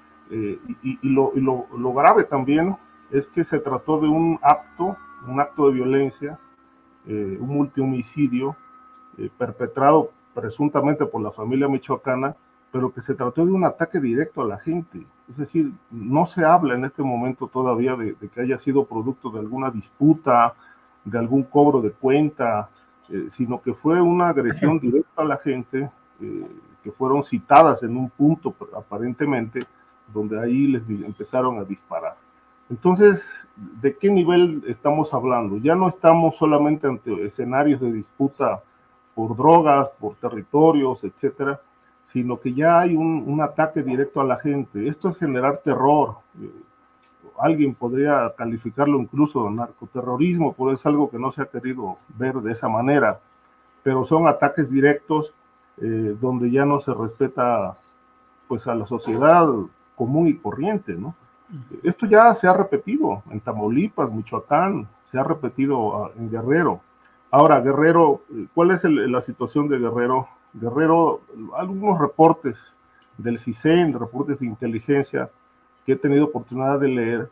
Eh, y y, lo, y lo, lo grave también es que se trató de un acto, un acto de violencia, eh, un multihomicidio eh, perpetrado presuntamente por la familia michoacana, pero que se trató de un ataque directo a la gente. Es decir, no se habla en este momento todavía de, de que haya sido producto de alguna disputa, de algún cobro de cuenta, eh, sino que fue una agresión directa a la gente, eh, que fueron citadas en un punto aparentemente, donde ahí les empezaron a disparar. Entonces, ¿de qué nivel estamos hablando? Ya no estamos solamente ante escenarios de disputa por drogas, por territorios, etcétera, sino que ya hay un, un ataque directo a la gente. Esto es generar terror. Eh, alguien podría calificarlo incluso de narcoterrorismo, pero es algo que no se ha querido ver de esa manera. Pero son ataques directos eh, donde ya no se respeta, pues, a la sociedad común y corriente, ¿no? Esto ya se ha repetido en Tamaulipas, Michoacán, se ha repetido uh, en Guerrero. Ahora, Guerrero, ¿cuál es el, la situación de Guerrero? Guerrero, algunos reportes del CISEN, reportes de inteligencia que he tenido oportunidad de leer,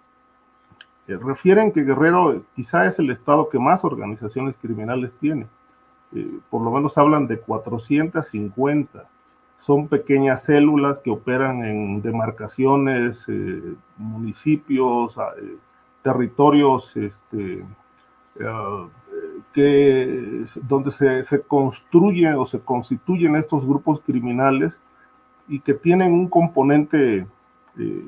eh, refieren que Guerrero quizá es el estado que más organizaciones criminales tiene. Eh, por lo menos hablan de cuatrocientas cincuenta. Son pequeñas células que operan en demarcaciones, eh, municipios, eh, territorios, este, uh, que, donde se, se construyen o se constituyen estos grupos criminales y que tienen un componente eh, eh,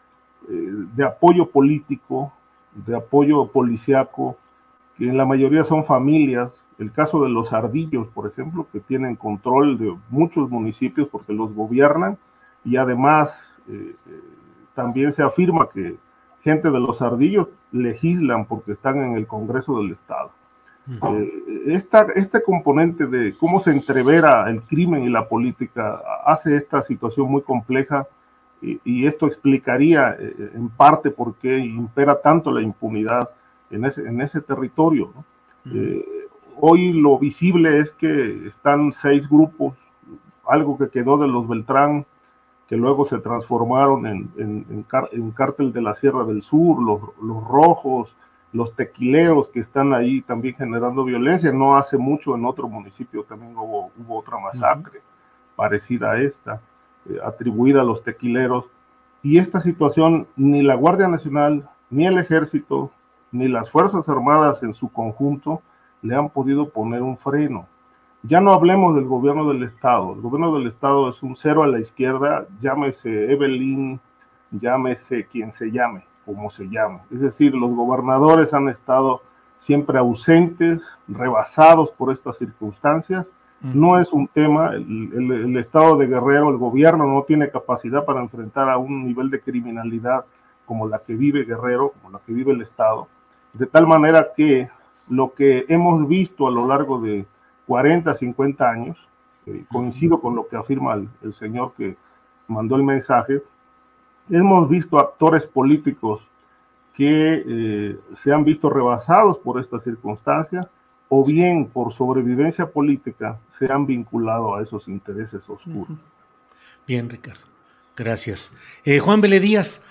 de apoyo político, de apoyo policiaco, que en la mayoría son familias. El caso de los Ardillos, por ejemplo, que tienen control de muchos municipios porque los gobiernan, y además eh, eh, también se afirma que gente de los Ardillos legislan porque están en el Congreso del Estado. Uh-huh. Eh, esta, este componente de cómo se entrevera el crimen y la política hace esta situación muy compleja, y, y esto explicaría eh, en parte por qué impera tanto la impunidad en ese, en ese territorio, ¿no? Uh-huh. eh, Hoy lo visible es que están seis grupos, algo que quedó de los Beltrán, que luego se transformaron en, en, en, car, en Cártel de la Sierra del Sur, los, los rojos, los tequileros que están ahí también generando violencia. No hace mucho en otro municipio también hubo, hubo otra masacre uh-huh. parecida a esta, eh, atribuida a los tequileros. Y esta situación ni la Guardia Nacional, ni el Ejército, ni las Fuerzas Armadas en su conjunto le han podido poner un freno. Ya no hablemos del gobierno del Estado. El gobierno del Estado es un cero a la izquierda, llámese Evelyn, llámese quien se llame, como se llame. Es decir, los gobernadores han estado siempre ausentes, rebasados por estas circunstancias, No es un tema, el, el, el estado de Guerrero, el gobierno no tiene capacidad para enfrentar a un nivel de criminalidad como la que vive Guerrero, como la que vive el estado, de tal manera que lo que hemos visto a lo largo de cuarenta, cincuenta años, eh, coincido con lo que afirma el, el señor que mandó el mensaje, hemos visto actores políticos que eh, se han visto rebasados por esta circunstancia, o bien por sobrevivencia política se han vinculado a esos intereses oscuros. Bien, Ricardo, gracias. Eh, Juan Vélez Díaz,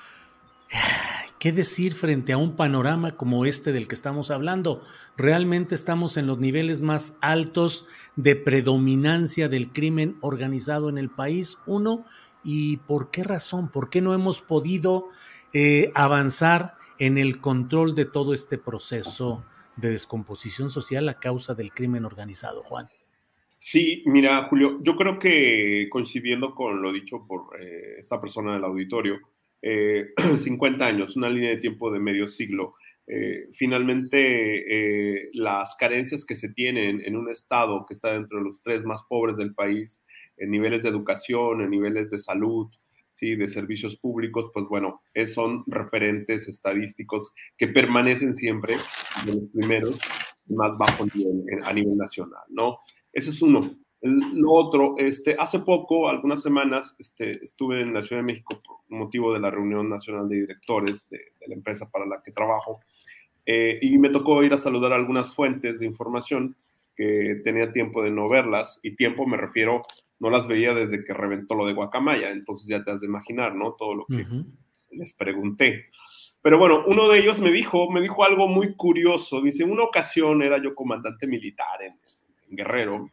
¿qué decir frente a un panorama como este del que estamos hablando? ¿Realmente estamos en los niveles más altos de predominancia del crimen organizado en el país? Uno, ¿y por qué razón? ¿Por qué no hemos podido eh, avanzar en el control de todo este proceso de descomposición social a causa del crimen organizado, Juan? Sí, mira, Julio, yo creo que coincidiendo con lo dicho por eh, esta persona del auditorio, eh, cincuenta años, una línea de tiempo de medio siglo, eh, finalmente eh, las carencias que se tienen en un estado que está dentro de los tres más pobres del país, en niveles de educación, en niveles de salud, ¿sí? De servicios públicos, pues bueno, es, son referentes estadísticos que permanecen siempre de los primeros más bajos nivel, a nivel nacional, ¿no? Ese es uno. El, lo otro, este, hace poco, algunas semanas, este, estuve en la Ciudad de México por motivo de la reunión nacional de directores de, de la empresa para la que trabajo, eh, y me tocó ir a saludar a algunas fuentes de información que tenía tiempo de no verlas, y tiempo me refiero, no las veía desde que reventó lo de Guacamaya, entonces ya te has de imaginar, ¿no? Todo lo que uh-huh. les pregunté. Pero bueno, uno de ellos me dijo, me dijo algo muy curioso. Dice, en una ocasión era yo comandante militar en, en Guerrero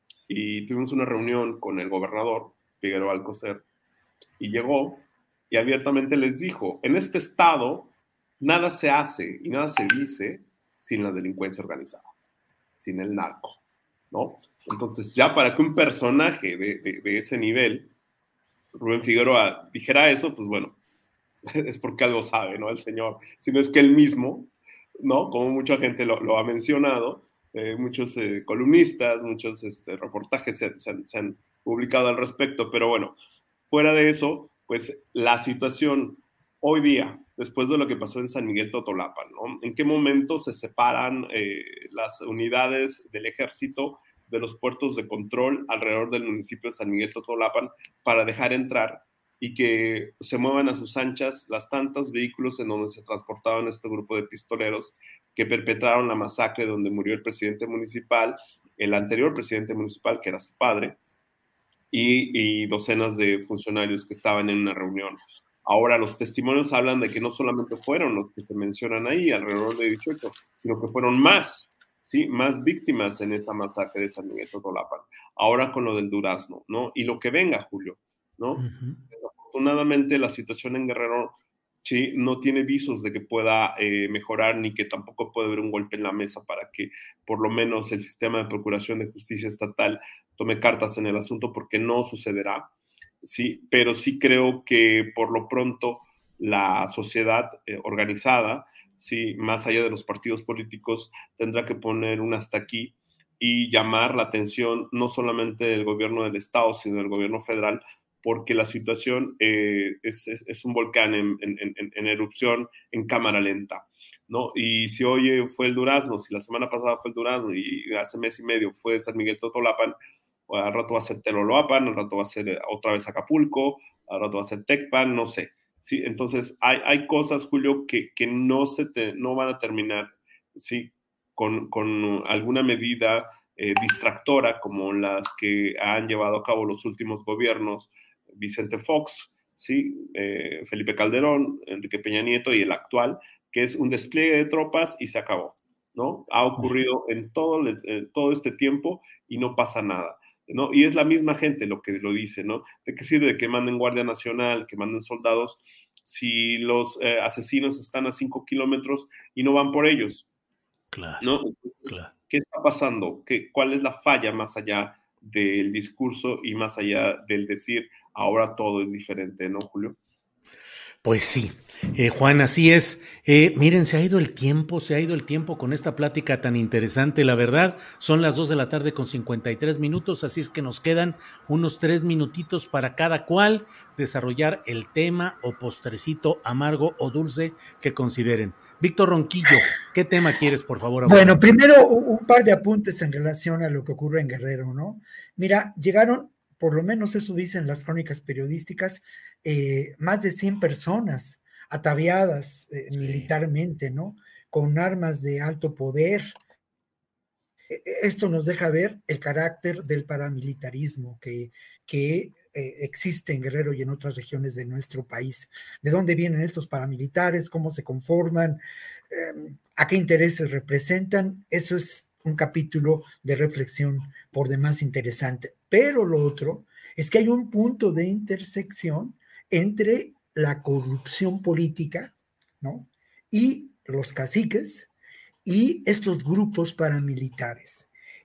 y tuvimos una reunión con el gobernador, Figueroa Alcocer, y llegó y abiertamente les dijo, en este estado nada se hace y nada se dice sin la delincuencia organizada, sin el narco, ¿no? Entonces ya para que un personaje de, de, de ese nivel, Rubén Figueroa, dijera eso, pues bueno, es porque algo sabe, ¿no? El señor, si no es que él mismo, ¿no? Como mucha gente lo, lo ha mencionado, eh, muchos eh, columnistas, muchos este, reportajes se, se, se han publicado al respecto, pero bueno, fuera de eso, pues la situación hoy día, después de lo que pasó en San Miguel Totolapan, ¿no? ¿En qué momento se separan eh, las unidades del ejército de los puertos de control alrededor del municipio de San Miguel Totolapan para dejar entrar y que se muevan a sus anchas las tantos vehículos en donde se transportaban este grupo de pistoleros que perpetraron la masacre donde murió el presidente municipal, el anterior presidente municipal, que era su padre, y, y docenas de funcionarios que estaban en una reunión? Ahora los testimonios hablan de que no solamente fueron los que se mencionan ahí, alrededor de dieciocho, sino que fueron más, ¿sí? Más víctimas en esa masacre de San Miguel Totolapan. Ahora con lo del Durazno, ¿no? Y lo que venga, Julio, ¿no? Uh-huh. Desafortunadamente la situación en Guerrero, sí, no tiene visos de que pueda eh, mejorar, ni que tampoco puede haber un golpe en la mesa para que por lo menos el sistema de procuración de justicia estatal tome cartas en el asunto, porque no sucederá, sí, pero sí creo que por lo pronto la sociedad eh, organizada, sí, más allá de los partidos políticos, tendrá que poner un hasta aquí y llamar la atención no solamente del gobierno del estado, sino del gobierno federal, porque la situación eh, es, es, es un volcán en, en, en, en erupción en cámara lenta, ¿no? Y si hoy fue el Durazno, si la semana pasada fue el Durazno y hace mes y medio fue San Miguel Totolapan, al rato va a ser Teloloapan, al rato va a ser otra vez Acapulco, al rato va a ser Tecpan, no sé, ¿sí? Entonces hay, hay cosas, Julio, que, que no, se te, no van a terminar, ¿sí? Con, con alguna medida eh, distractora como las que han llevado a cabo los últimos gobiernos, Vicente Fox, ¿sí? eh, Felipe Calderón, Enrique Peña Nieto y el actual, que es un despliegue de tropas y se acabó, ¿no? Ha ocurrido en todo, en todo este tiempo y no pasa nada, ¿no? Y es la misma gente lo que lo dice, ¿no? ¿De qué sirve que manden Guardia Nacional, que manden soldados, si los eh, asesinos están a cinco kilómetros y no van por ellos? Claro, ¿no? claro. ¿Qué está pasando? ¿Qué, ¿Cuál es la falla más allá del discurso y más allá del decir ahora todo es diferente, ¿no, Julio? Pues sí, eh, Juan, así es. Eh, miren, se ha ido el tiempo, se ha ido el tiempo con esta plática tan interesante, la verdad. Son las dos de la tarde con cincuenta y tres minutos, así es que nos quedan unos tres minutitos para cada cual desarrollar el tema o postrecito amargo o dulce que consideren. Víctor Ronquillo, ¿qué tema quieres, por favor, abordar? Bueno, primero un par de apuntes en relación a lo que ocurre en Guerrero, ¿no? Mira, llegaron, por lo menos eso dicen las crónicas periodísticas, eh, más de cien personas ataviadas eh, sí. militarmente, ¿no? Con armas de alto poder. Esto nos deja ver el carácter del paramilitarismo que, que eh, existe en Guerrero y en otras regiones de nuestro país. ¿De dónde vienen estos paramilitares? ¿Cómo se conforman? Eh, ¿A qué intereses representan? Eso es un capítulo de reflexión por demás interesante. Pero lo otro es que hay un punto de intersección entre la corrupción política, ¿no? Y los caciques y estos grupos paramilitares.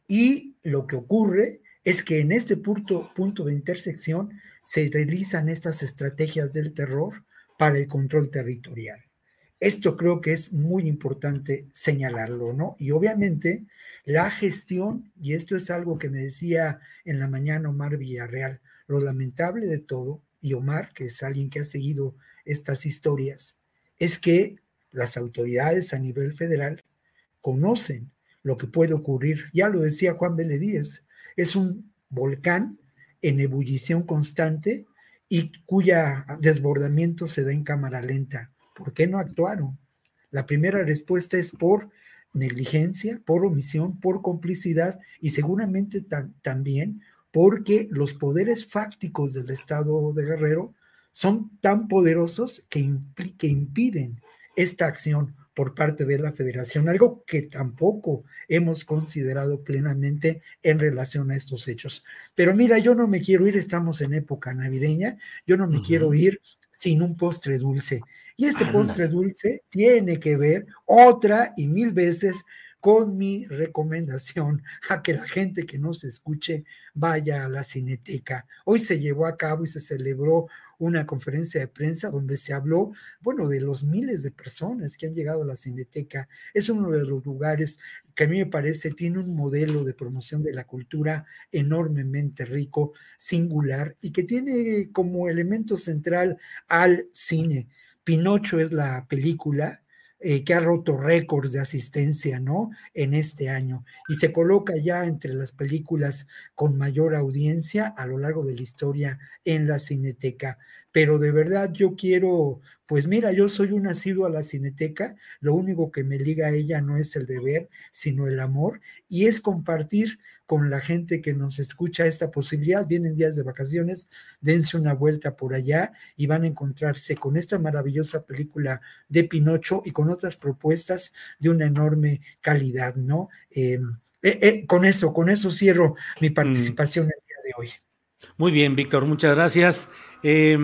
Y lo que ocurre es que en este punto, punto de intersección se realizan estas estrategias del terror para el control territorial. Esto creo que es muy importante señalarlo, ¿no? Y obviamente la gestión, y esto es algo que me decía en la mañana Omar Villarreal, lo lamentable de todo, y Omar, que es alguien que ha seguido estas historias, es que las autoridades a nivel federal conocen lo que puede ocurrir. Ya lo decía Juan Beledíez, es un volcán en ebullición constante y cuya desbordamiento se da en cámara lenta. ¿Por qué no actuaron? La primera respuesta es por negligencia, por omisión, por complicidad y seguramente tam- también porque los poderes fácticos del Estado de Guerrero son tan poderosos que, impl- que impiden esta acción por parte de la Federación, algo que tampoco hemos considerado plenamente en relación a estos hechos. Pero mira, yo no me quiero ir, estamos en época navideña, yo no me uh-huh. quiero ir sin un postre dulce. Y este Anda. postre dulce tiene que ver otra y mil veces con mi recomendación a que la gente que nos escuche vaya a la Cineteca. Hoy se llevó a cabo y se celebró una conferencia de prensa donde se habló, bueno, de los miles de personas que han llegado a la Cineteca. Es uno de los lugares que a mí me parece tiene un modelo de promoción de la cultura enormemente rico, singular, y que tiene como elemento central al cine. Pinocho es la película Eh, que ha roto récords de asistencia, ¿no? En este año, y se coloca ya entre las películas con mayor audiencia a lo largo de la historia en la Cineteca. Pero de verdad yo quiero, pues mira, yo soy un asiduo a la Cineteca, lo único que me liga a ella no es el deber, sino el amor, y es compartir con la gente que nos escucha esta posibilidad. Vienen días de vacaciones, dense una vuelta por allá y van a encontrarse con esta maravillosa película de Pinocho y con otras propuestas de una enorme calidad, ¿no? Eh, eh, eh, con eso, con eso cierro mi participación mm. el día de hoy. Muy bien, Víctor, muchas gracias. Eh,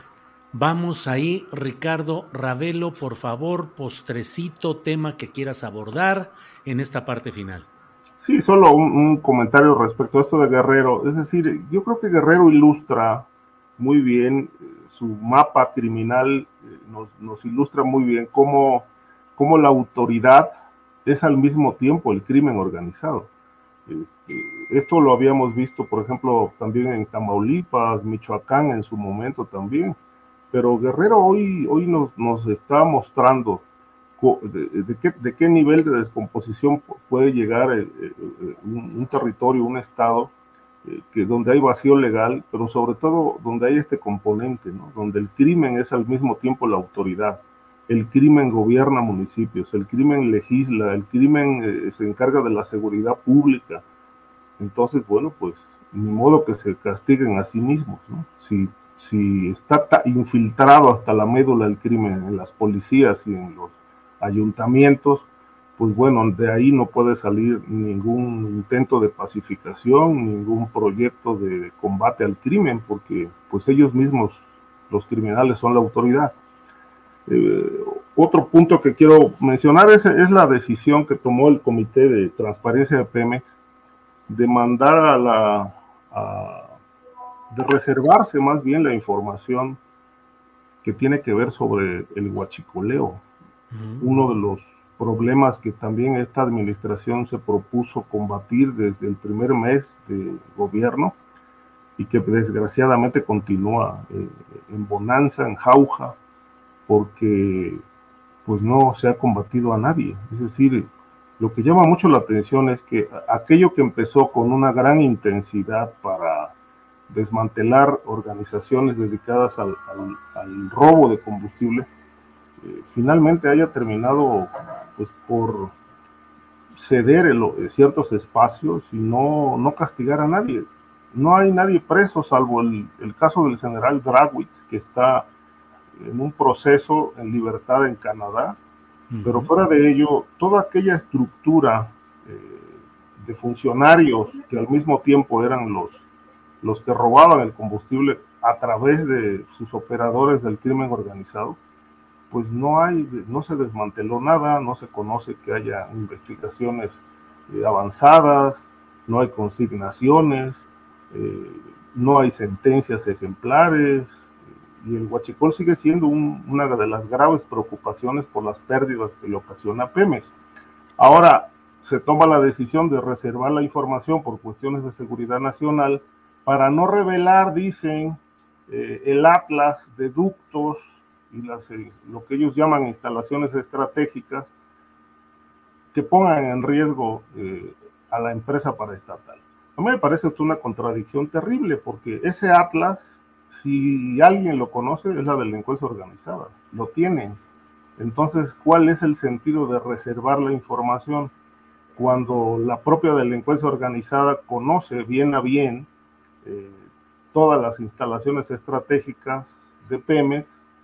vamos ahí, Ricardo Ravelo, por favor, postrecito, tema que quieras abordar en esta parte final. Sí, solo un, un comentario respecto a esto de Guerrero. Es decir, yo creo que Guerrero ilustra muy bien eh, su mapa criminal, eh, nos, nos ilustra muy bien cómo, cómo la autoridad es al mismo tiempo el crimen organizado. Este, esto lo habíamos visto, por ejemplo, también en Tamaulipas, Michoacán en su momento también, pero Guerrero hoy, hoy nos, nos está mostrando De, de, qué, de qué nivel de descomposición puede llegar eh, eh, un, un territorio, un estado, eh, que donde hay vacío legal, pero sobre todo donde hay este componente, ¿no? Donde el crimen es al mismo tiempo la autoridad. El crimen gobierna municipios, el crimen legisla, el crimen eh, se encarga de la seguridad pública. Entonces, bueno, pues ni modo que se castiguen a sí mismos, ¿no? Si, si está infiltrado hasta la médula el crimen en las policías y en los ayuntamientos, pues bueno, de ahí no puede salir ningún intento de pacificación, ningún proyecto de combate al crimen, porque pues ellos mismos, los criminales, son la autoridad. Eh, otro punto que quiero mencionar es, es la decisión que tomó el Comité de Transparencia de Pemex de mandar a la, a, de reservarse más bien la información que tiene que ver sobre el huachicoleo. Uh-huh. Uno de los problemas que también esta administración se propuso combatir desde el primer mes de gobierno y que desgraciadamente continúa eh, en bonanza, en jauja, porque pues no se ha combatido a nadie. Es decir, lo que llama mucho la atención es que aquello que empezó con una gran intensidad para desmantelar organizaciones dedicadas al, al, al robo de combustible, eh, finalmente haya terminado pues por ceder el, ciertos espacios y no, no castigar a nadie. No hay nadie preso, salvo el, el caso del general Dragwitz, que está en un proceso en libertad en Canadá, uh-huh. Pero fuera de ello, toda aquella estructura eh, de funcionarios que al mismo tiempo eran los, los que robaban el combustible a través de sus operadores del crimen organizado, pues no hay, no se desmanteló nada, no se conoce que haya investigaciones eh, avanzadas, no hay consignaciones, eh, no hay sentencias ejemplares, y el huachicol sigue siendo un, una de las graves preocupaciones por las pérdidas que le ocasiona Pemex. Ahora se toma la decisión de reservar la información por cuestiones de seguridad nacional para no revelar, dicen, eh, el atlas de ductos y las, lo que ellos llaman instalaciones estratégicas que pongan en riesgo eh, a la empresa paraestatal. A mí me parece una contradicción terrible, porque ese atlas, si alguien lo conoce, es la delincuencia organizada, lo tienen. Entonces, ¿cuál es el sentido de reservar la información cuando la propia delincuencia organizada conoce bien a bien eh, todas las instalaciones estratégicas de Pemex?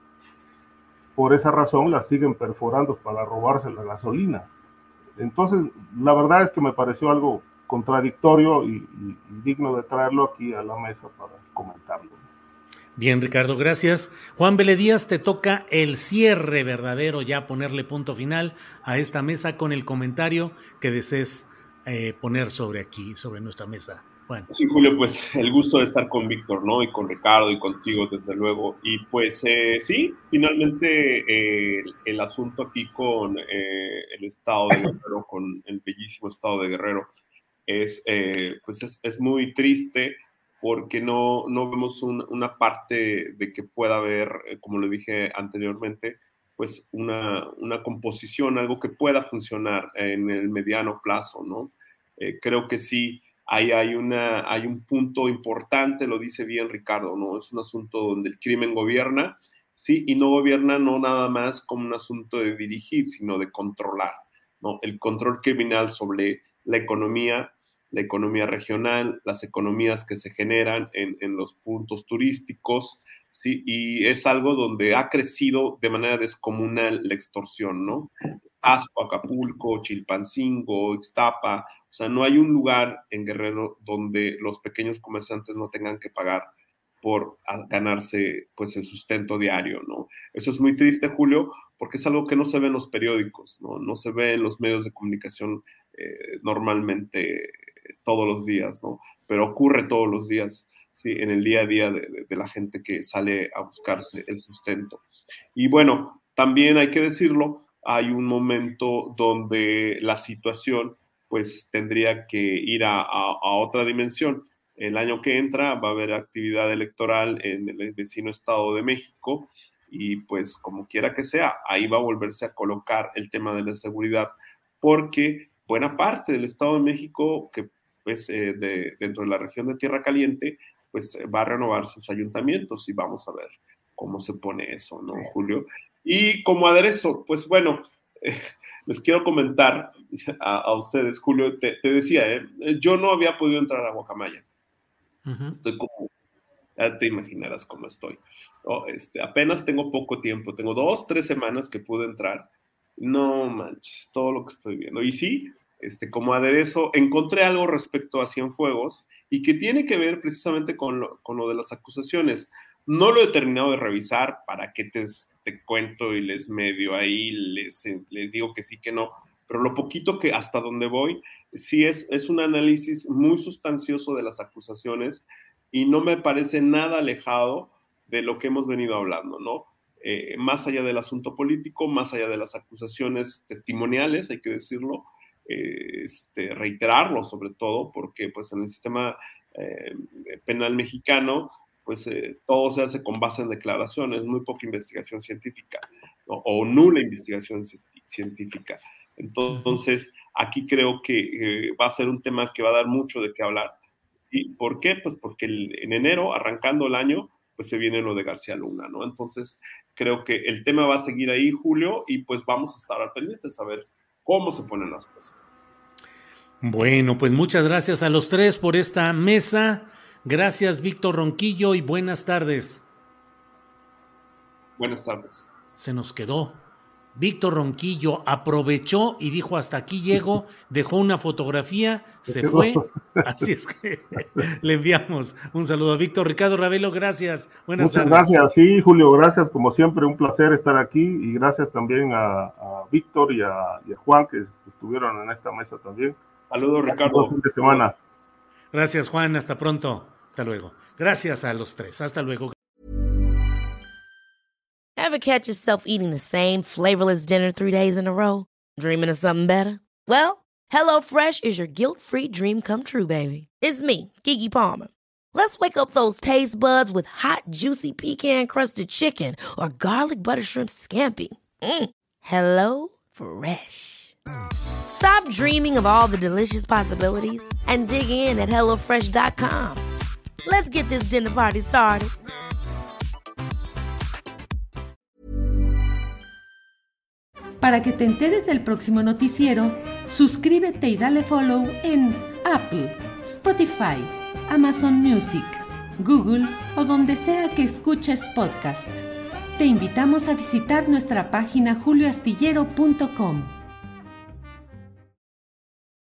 Por esa razón las siguen perforando para robarse la gasolina. Entonces, la verdad es que me pareció algo contradictorio y, y, y digno de traerlo aquí a la mesa para comentarlo. Bien, Ricardo, gracias. Juan Vélez Díaz, te toca el cierre verdadero, ya ponerle punto final a esta mesa con el comentario que desees eh, poner sobre aquí, sobre nuestra mesa. Bueno. Sí, Julio, pues el gusto de estar con Víctor, ¿no? Y con Ricardo y contigo, desde luego. Y pues eh, sí, finalmente eh, el, el asunto aquí con eh, el estado de Guerrero, con el bellísimo estado de Guerrero, es, eh, pues es, es muy triste porque no, no vemos un, una parte de que pueda haber, eh, como lo dije anteriormente, pues una, una composición, algo que pueda funcionar en el mediano plazo, ¿no? Eh, creo que sí. Ahí hay, una, hay un punto importante, lo dice bien Ricardo, ¿no? Es un asunto donde el crimen gobierna, sí, y no gobierna no nada más como un asunto de dirigir, sino de controlar, ¿no? El control criminal sobre la economía, la economía regional, las economías que se generan en, en los puntos turísticos, sí, y es algo donde ha crecido de manera descomunal la extorsión, ¿no? Pasco, Acapulco, Chilpancingo, Ixtapa, o sea, no hay un lugar en Guerrero donde los pequeños comerciantes no tengan que pagar por ganarse pues el sustento diario, ¿no? Eso es muy triste, Julio, porque es algo que no se ve en los periódicos, ¿no? No se ve en los medios de comunicación eh, normalmente todos los días, ¿no? Pero ocurre todos los días, ¿sí? En el día a día de, de, de la gente que sale a buscarse el sustento. Y bueno, también hay que decirlo, hay un momento donde la situación pues tendría que ir a, a, a otra dimensión. El año que entra va a haber actividad electoral en el vecino Estado de México y pues como quiera que sea, ahí va a volverse a colocar el tema de la seguridad, porque buena parte del Estado de México, que pues eh, de, dentro de la región de Tierra Caliente, pues va a renovar sus ayuntamientos y vamos a ver cómo se pone eso, ¿no, Julio? Y como aderezo, pues bueno, eh, les quiero comentar a, a ustedes, Julio, te, te decía, ¿eh? Yo no había podido entrar a Guacamaya. Uh-huh. Estoy como, ya te imaginarás cómo estoy. Oh, este, apenas tengo poco tiempo, tengo dos, tres semanas que pude entrar. No manches, todo lo que estoy viendo. Y sí, este, como aderezo, encontré algo respecto a Cienfuegos y que tiene que ver precisamente con lo, con lo de las acusaciones. No lo he terminado de revisar, para que te, te cuento y les medio ahí, les, les digo que sí, que no, pero lo poquito que hasta donde voy, sí es, es un análisis muy sustancioso de las acusaciones y no me parece nada alejado de lo que hemos venido hablando, ¿no? eh, más allá del asunto político, más allá de las acusaciones testimoniales, hay que decirlo, eh, este, reiterarlo sobre todo, porque pues en el sistema eh, penal mexicano, pues eh, todo se hace con base en declaraciones, muy poca investigación científica, ¿no? O nula investigación científica. Entonces, aquí creo que eh, va a ser un tema que va a dar mucho de qué hablar. ¿Y por qué? Pues porque el, en enero, arrancando el año, pues se viene lo de García Luna, ¿no? Entonces, creo que el tema va a seguir ahí, Julio, y pues vamos a estar al pendiente, a ver cómo se ponen las cosas. Bueno, pues muchas gracias a los tres por esta mesa. Gracias, Víctor Ronquillo, y buenas tardes. Buenas tardes. Se nos quedó. Víctor Ronquillo aprovechó y dijo: hasta aquí llego, dejó una fotografía, se fue. Así es que le enviamos un saludo a Víctor. Ricardo Ravelo, gracias. Buenas Muchas tardes. gracias, sí, Julio, gracias, como siempre, un placer estar aquí, y gracias también a, a Víctor y a, y a Juan, que estuvieron en esta mesa también. Saludos, Ricardo. Buen fin de semana. Gracias, Juan, hasta pronto. Hasta luego. Gracias a los tres. Hasta luego. Ever catch yourself eating the same flavorless dinner three days in a row? Dreaming of something better? Well, HelloFresh is your guilt-free dream come true, baby. It's me, Keke Palmer. Let's wake up those taste buds with hot, juicy pecan-crusted chicken or garlic butter shrimp scampi. Mm. Hello Fresh. Stop dreaming of all the delicious possibilities and dig in at hello fresh dot com. Let's get this dinner party started. Para que te enteres del próximo noticiero, suscríbete y dale follow en Apple, Spotify, Amazon Music, Google o donde sea que escuches podcast. Te invitamos a visitar nuestra página julio astillero punto com.